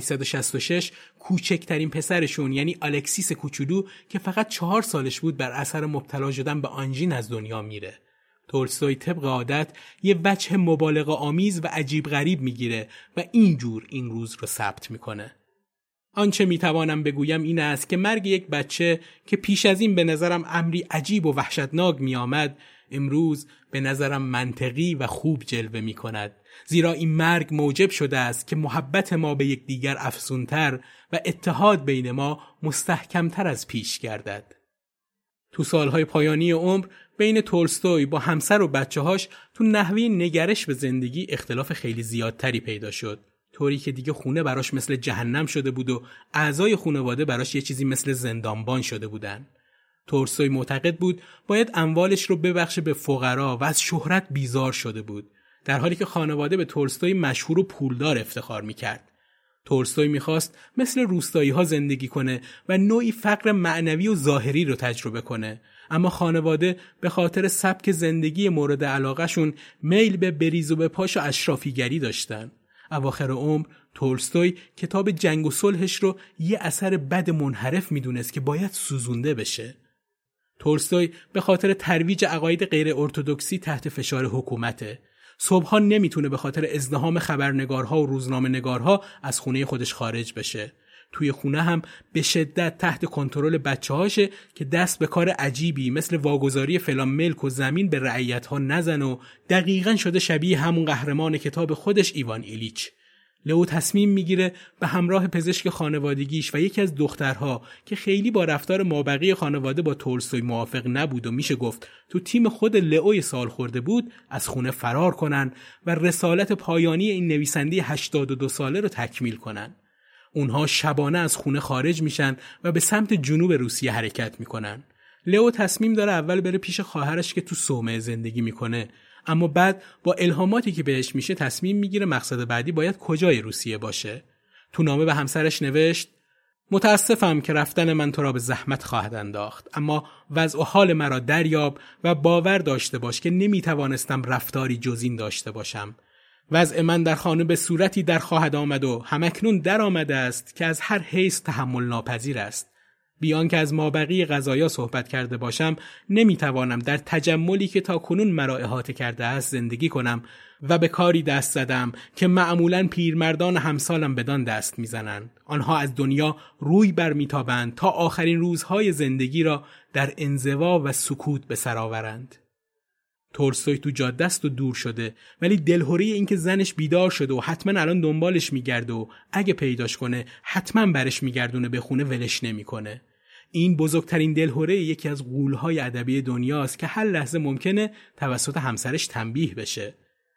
1866 کوچکترین پسرشون یعنی الکسیس کوچولو که فقط 4 سالش بود بر اثر مبتلا شدن به آنژین از دنیا میره. تولستوی طبق عادت یه وجه مبالغه آمیز و عجیب غریب میگیره و اینجور این روز رو ثبت میکنه. آنچه میتوانم بگویم این است که مرگ یک بچه که پیش از این به نظرم امری عجیب و وحشتناک میآمد، امروز به نظرم منطقی و خوب جلوه میکند، زیرا این مرگ موجب شده است که محبت ما به یکدیگر افزونتر و اتحاد بین ما مستحکمتر از پیش گردد. تو سالهای پایانی عمر بین تولستوی با همسر و بچه‌هاش تو نحوه نگرش به زندگی اختلاف خیلی زیادتری پیدا شد، طوری که دیگه خونه براش مثل جهنم شده بود و اعضای خانواده براش یه چیزی مثل زندانبان شده بودن. تولستوی معتقد بود باید اموالش رو ببخشه به فقرا و از شهرت بیزار شده بود، در حالی که خانواده به تولستوی مشهور و پولدار افتخار میکرد. تولستوی میخواست مثل روستایی‌ها زندگی کنه و نوعی فقر معنوی و ظاهری رو تجربه کنه، اما خانواده به خاطر سبک زندگی مورد علاقهشون میل به بریز و به پاش و اشرافیگری داشتن. اواخر عمر تولستوی کتاب جنگ و صلحش رو یه اثر بد منحرف میدونست که باید سوزونده بشه. تولستوی به خاطر ترویج عقاید غیر ارتدوکسی تحت فشار حکومته. صبحا نمیتونه به خاطر ازدحام خبرنگارها و روزنامه‌نگارها از خونه خودش خارج بشه. توی خونه هم به شدت تحت کنترل بچه‌هاشه که دست به کار عجیبی مثل واگذاری فلان ملک و زمین به رعیت‌ها نزن و دقیقاً شده شبیه همون قهرمان کتاب خودش ایوان ایلیچ. لئو تصمیم میگیره به همراه پزشک خانوادگیش و یکی از دخترها که خیلی با رفتار مابقی خانواده با تولستوی موافق نبود و میشه گفت تو تیم خود لئوی سال خورده بود، از خونه فرار کنن و رسالت پایانی این نویسنده 82 ساله رو تکمیل کنن. اونها شبانه از خونه خارج میشن و به سمت جنوب روسیه حرکت میکنن. لئو تصمیم داره اول بره پیش خواهرش که تو صومعه زندگی میکنه، اما بعد با الهاماتی که بهش میشه تصمیم میگیره مقصد بعدی باید کجای روسیه باشه. تو نامه به همسرش نوشت: متاسفم که رفتن من تو را به زحمت خواهد انداخت، اما وضع و حال مرا دریاب و باور داشته باش که نمیتوانستم رفتاری جز این داشته باشم. وضع من در خانه به صورتی در خواهد آمد و همکنون در آمده است که از هر حیث تحمل ناپذیر است. بیان که از مابقی قضایا صحبت کرده باشم، نمیتوانم در تجملی که تا کنون مرا احاطه کرده است زندگی کنم و به کاری دست زدم که معمولاً پیرمردان همسالم بدان دست میزنند. آنها از دنیا روی برمیتابند تا آخرین روزهای زندگی را در انزوا و سکوت به سر آورند. تولستوی تو جاده است و دور شده، ولی دلهوره این که زنش بیدار شده و حتما الان دنبالش میگرده و اگه پیداش کنه حتما برش میگردونه به خونه ولش نمیکنه. این بزرگترین دلهوره یکی از غول‌های ادبی دنیاست که هر لحظه ممکنه توسط همسرش تنبیه بشه.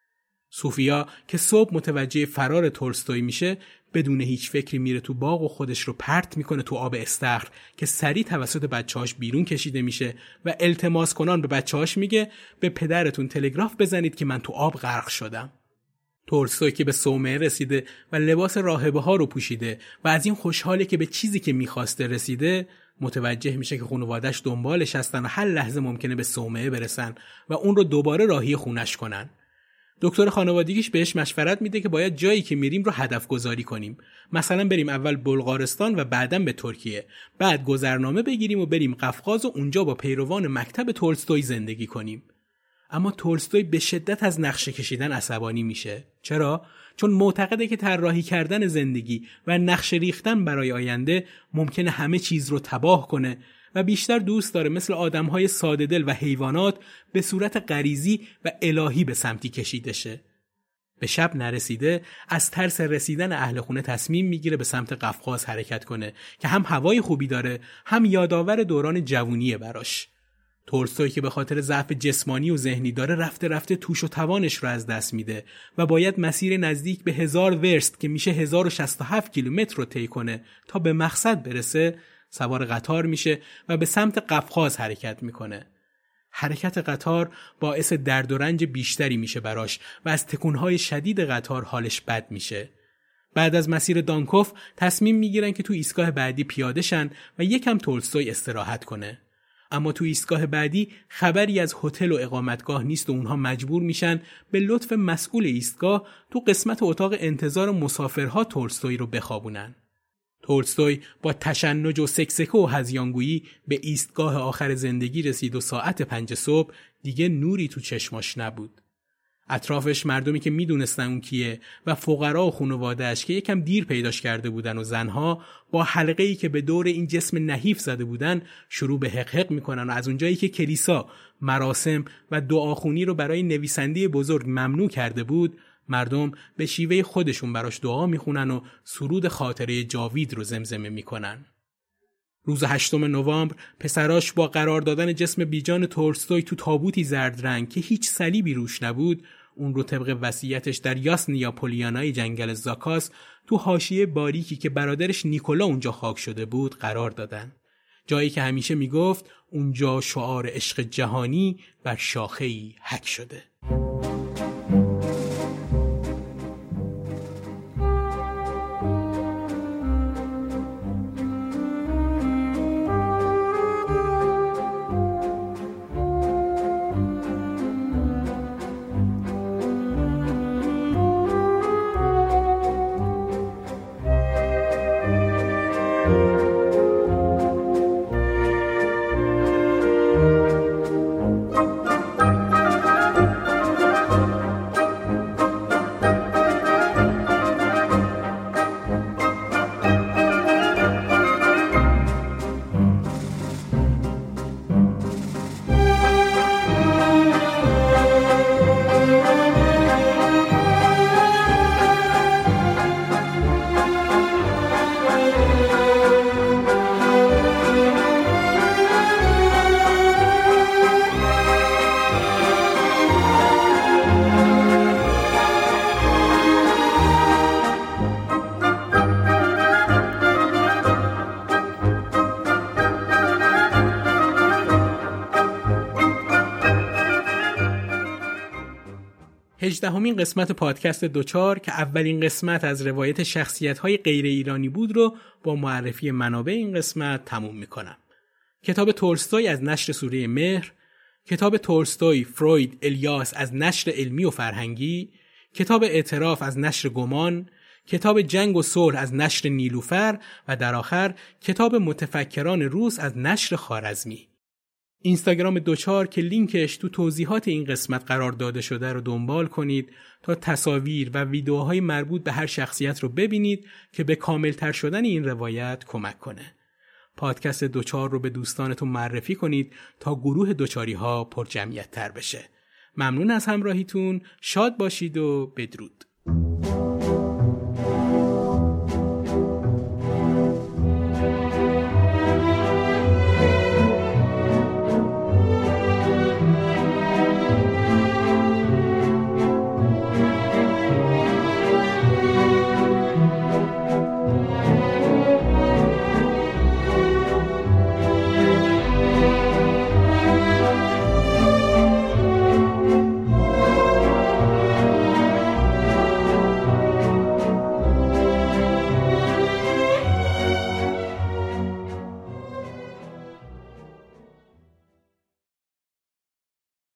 سوفیا که صبح متوجه فرار تولستوی میشه، بدون هیچ فکری میره تو باغ و خودش رو پرت میکنه تو آب استخر که سریع توسط بچه‌هاش بیرون کشیده میشه و التماس کنان به بچه‌هاش میگه به پدرتون تلگراف بزنید که من تو آب غرق شدم. تولستوی که به صومعه رسیده و لباس راهبه ها رو پوشیده و از این خوشحاله که به چیزی که میخواسته رسیده، متوجه میشه که خانواده‌اش دنبالش هستن و هر لحظه ممکنه به صومعه برسن و اون رو دوباره راهی خونش کنن. دکتر خانوادگیش بهش مشورت میده که باید جایی که میریم رو هدف گذاری کنیم. مثلا بریم اول بلغارستان و بعداً به ترکیه. بعد گذرنامه بگیریم و بریم قفقاز و اونجا با پیروان مکتب تولستوی زندگی کنیم. اما تولستوی به شدت از نقشه کشیدن عصبانی میشه. چرا؟ چون معتقده که طراحی کردن زندگی و نقشه ریختن برای آینده ممکنه همه چیز رو تباه کنه و بیشتر دوست داره مثل آدم‌های ساده‌دل و حیوانات به صورت غریزی و الهی به سمتی کشیده شه. به شب نرسیده از ترس رسیدن اهل خونه تصمیم میگیره به سمت قفقاز حرکت کنه که هم هوای خوبی داره، هم یادآور دوران جوونیه براش. تولستوی که به خاطر ضعف جسمانی و ذهنی داره رفته توش و توانش رو از دست میده و باید مسیر نزدیک به 1000 ورست که میشه 1067 کیلومتر رو طی کنه تا به مقصد برسه، سوار قطار میشه و به سمت قفقاز حرکت میکنه. حرکت قطار باعث درد و رنج بیشتری میشه براش و از تکونهای شدید قطار حالش بد میشه. بعد از مسیر دانکوف تصمیم میگیرن که تو ایستگاه بعدی پیاده شن و یکم تولستوی استراحت کنه. اما تو ایستگاه بعدی خبری از هتل و اقامتگاه نیست و اونها مجبور میشن به لطف مسئول ایستگاه تو قسمت اتاق انتظار مسافرها تولستوی رو بخوابونن. تولستوی با تشنج و سکسکه و هذیانگویی به ایستگاه آخر زندگی رسید و ساعت 5 صبح دیگه نوری تو چشماش نبود. اطرافش مردمی که میدونستن اون کیه و فقرا و خانواده‌اش که یکم دیر پیداش کرده بودن و زنها با حلقه‌ای که به دور این جسم نحیف زده بودن شروع به حقحق میکنن و از اونجایی که کلیسا مراسم و دعاخونی رو برای نویسنده بزرگ ممنوع کرده بود، مردم به شیوه خودشون براش دعا میخونن و سرود خاطره جاوید رو زمزمه میکنن. روز 8 نوامبر پسراش با قرار دادن جسم بیجان تولستوی تو تابوتی زرد رنگ که هیچ صلیبی روش نبود، اون رو طبق وصیتش در یاسنیا پولیانای جنگل زاکاس تو حاشیه باریکی که برادرش نیکولا اونجا خاک شده بود قرار دادن. جایی که همیشه میگفت اونجا شعار عشق جهانی بر شاخه‌ای حک شده. هجدهمین قسمت پادکست دوچار که اولین قسمت از روایت شخصیت‌های غیر ایرانی بود رو با معرفی منابع این قسمت تموم می‌کنم. کتاب تولستوی از نشر سوره مهر، کتاب تولستوی، فروید، الیاس از نشر علمی و فرهنگی، کتاب اعتراف از نشر گمان، کتاب جنگ و صلح از نشر نیلوفر و در آخر کتاب متفکران روس از نشر خوارزمی. اینستاگرام دوچار که لینکش تو توضیحات این قسمت قرار داده شده رو دنبال کنید تا تصاویر و ویدیوهای مربوط به هر شخصیت رو ببینید که به کاملتر شدن این روایت کمک کنه. پادکست دوچار رو به دوستانتون معرفی کنید تا گروه دوچاری ها پر جمعیت تر بشه. ممنون از همراهیتون. شاد باشید و بدرود.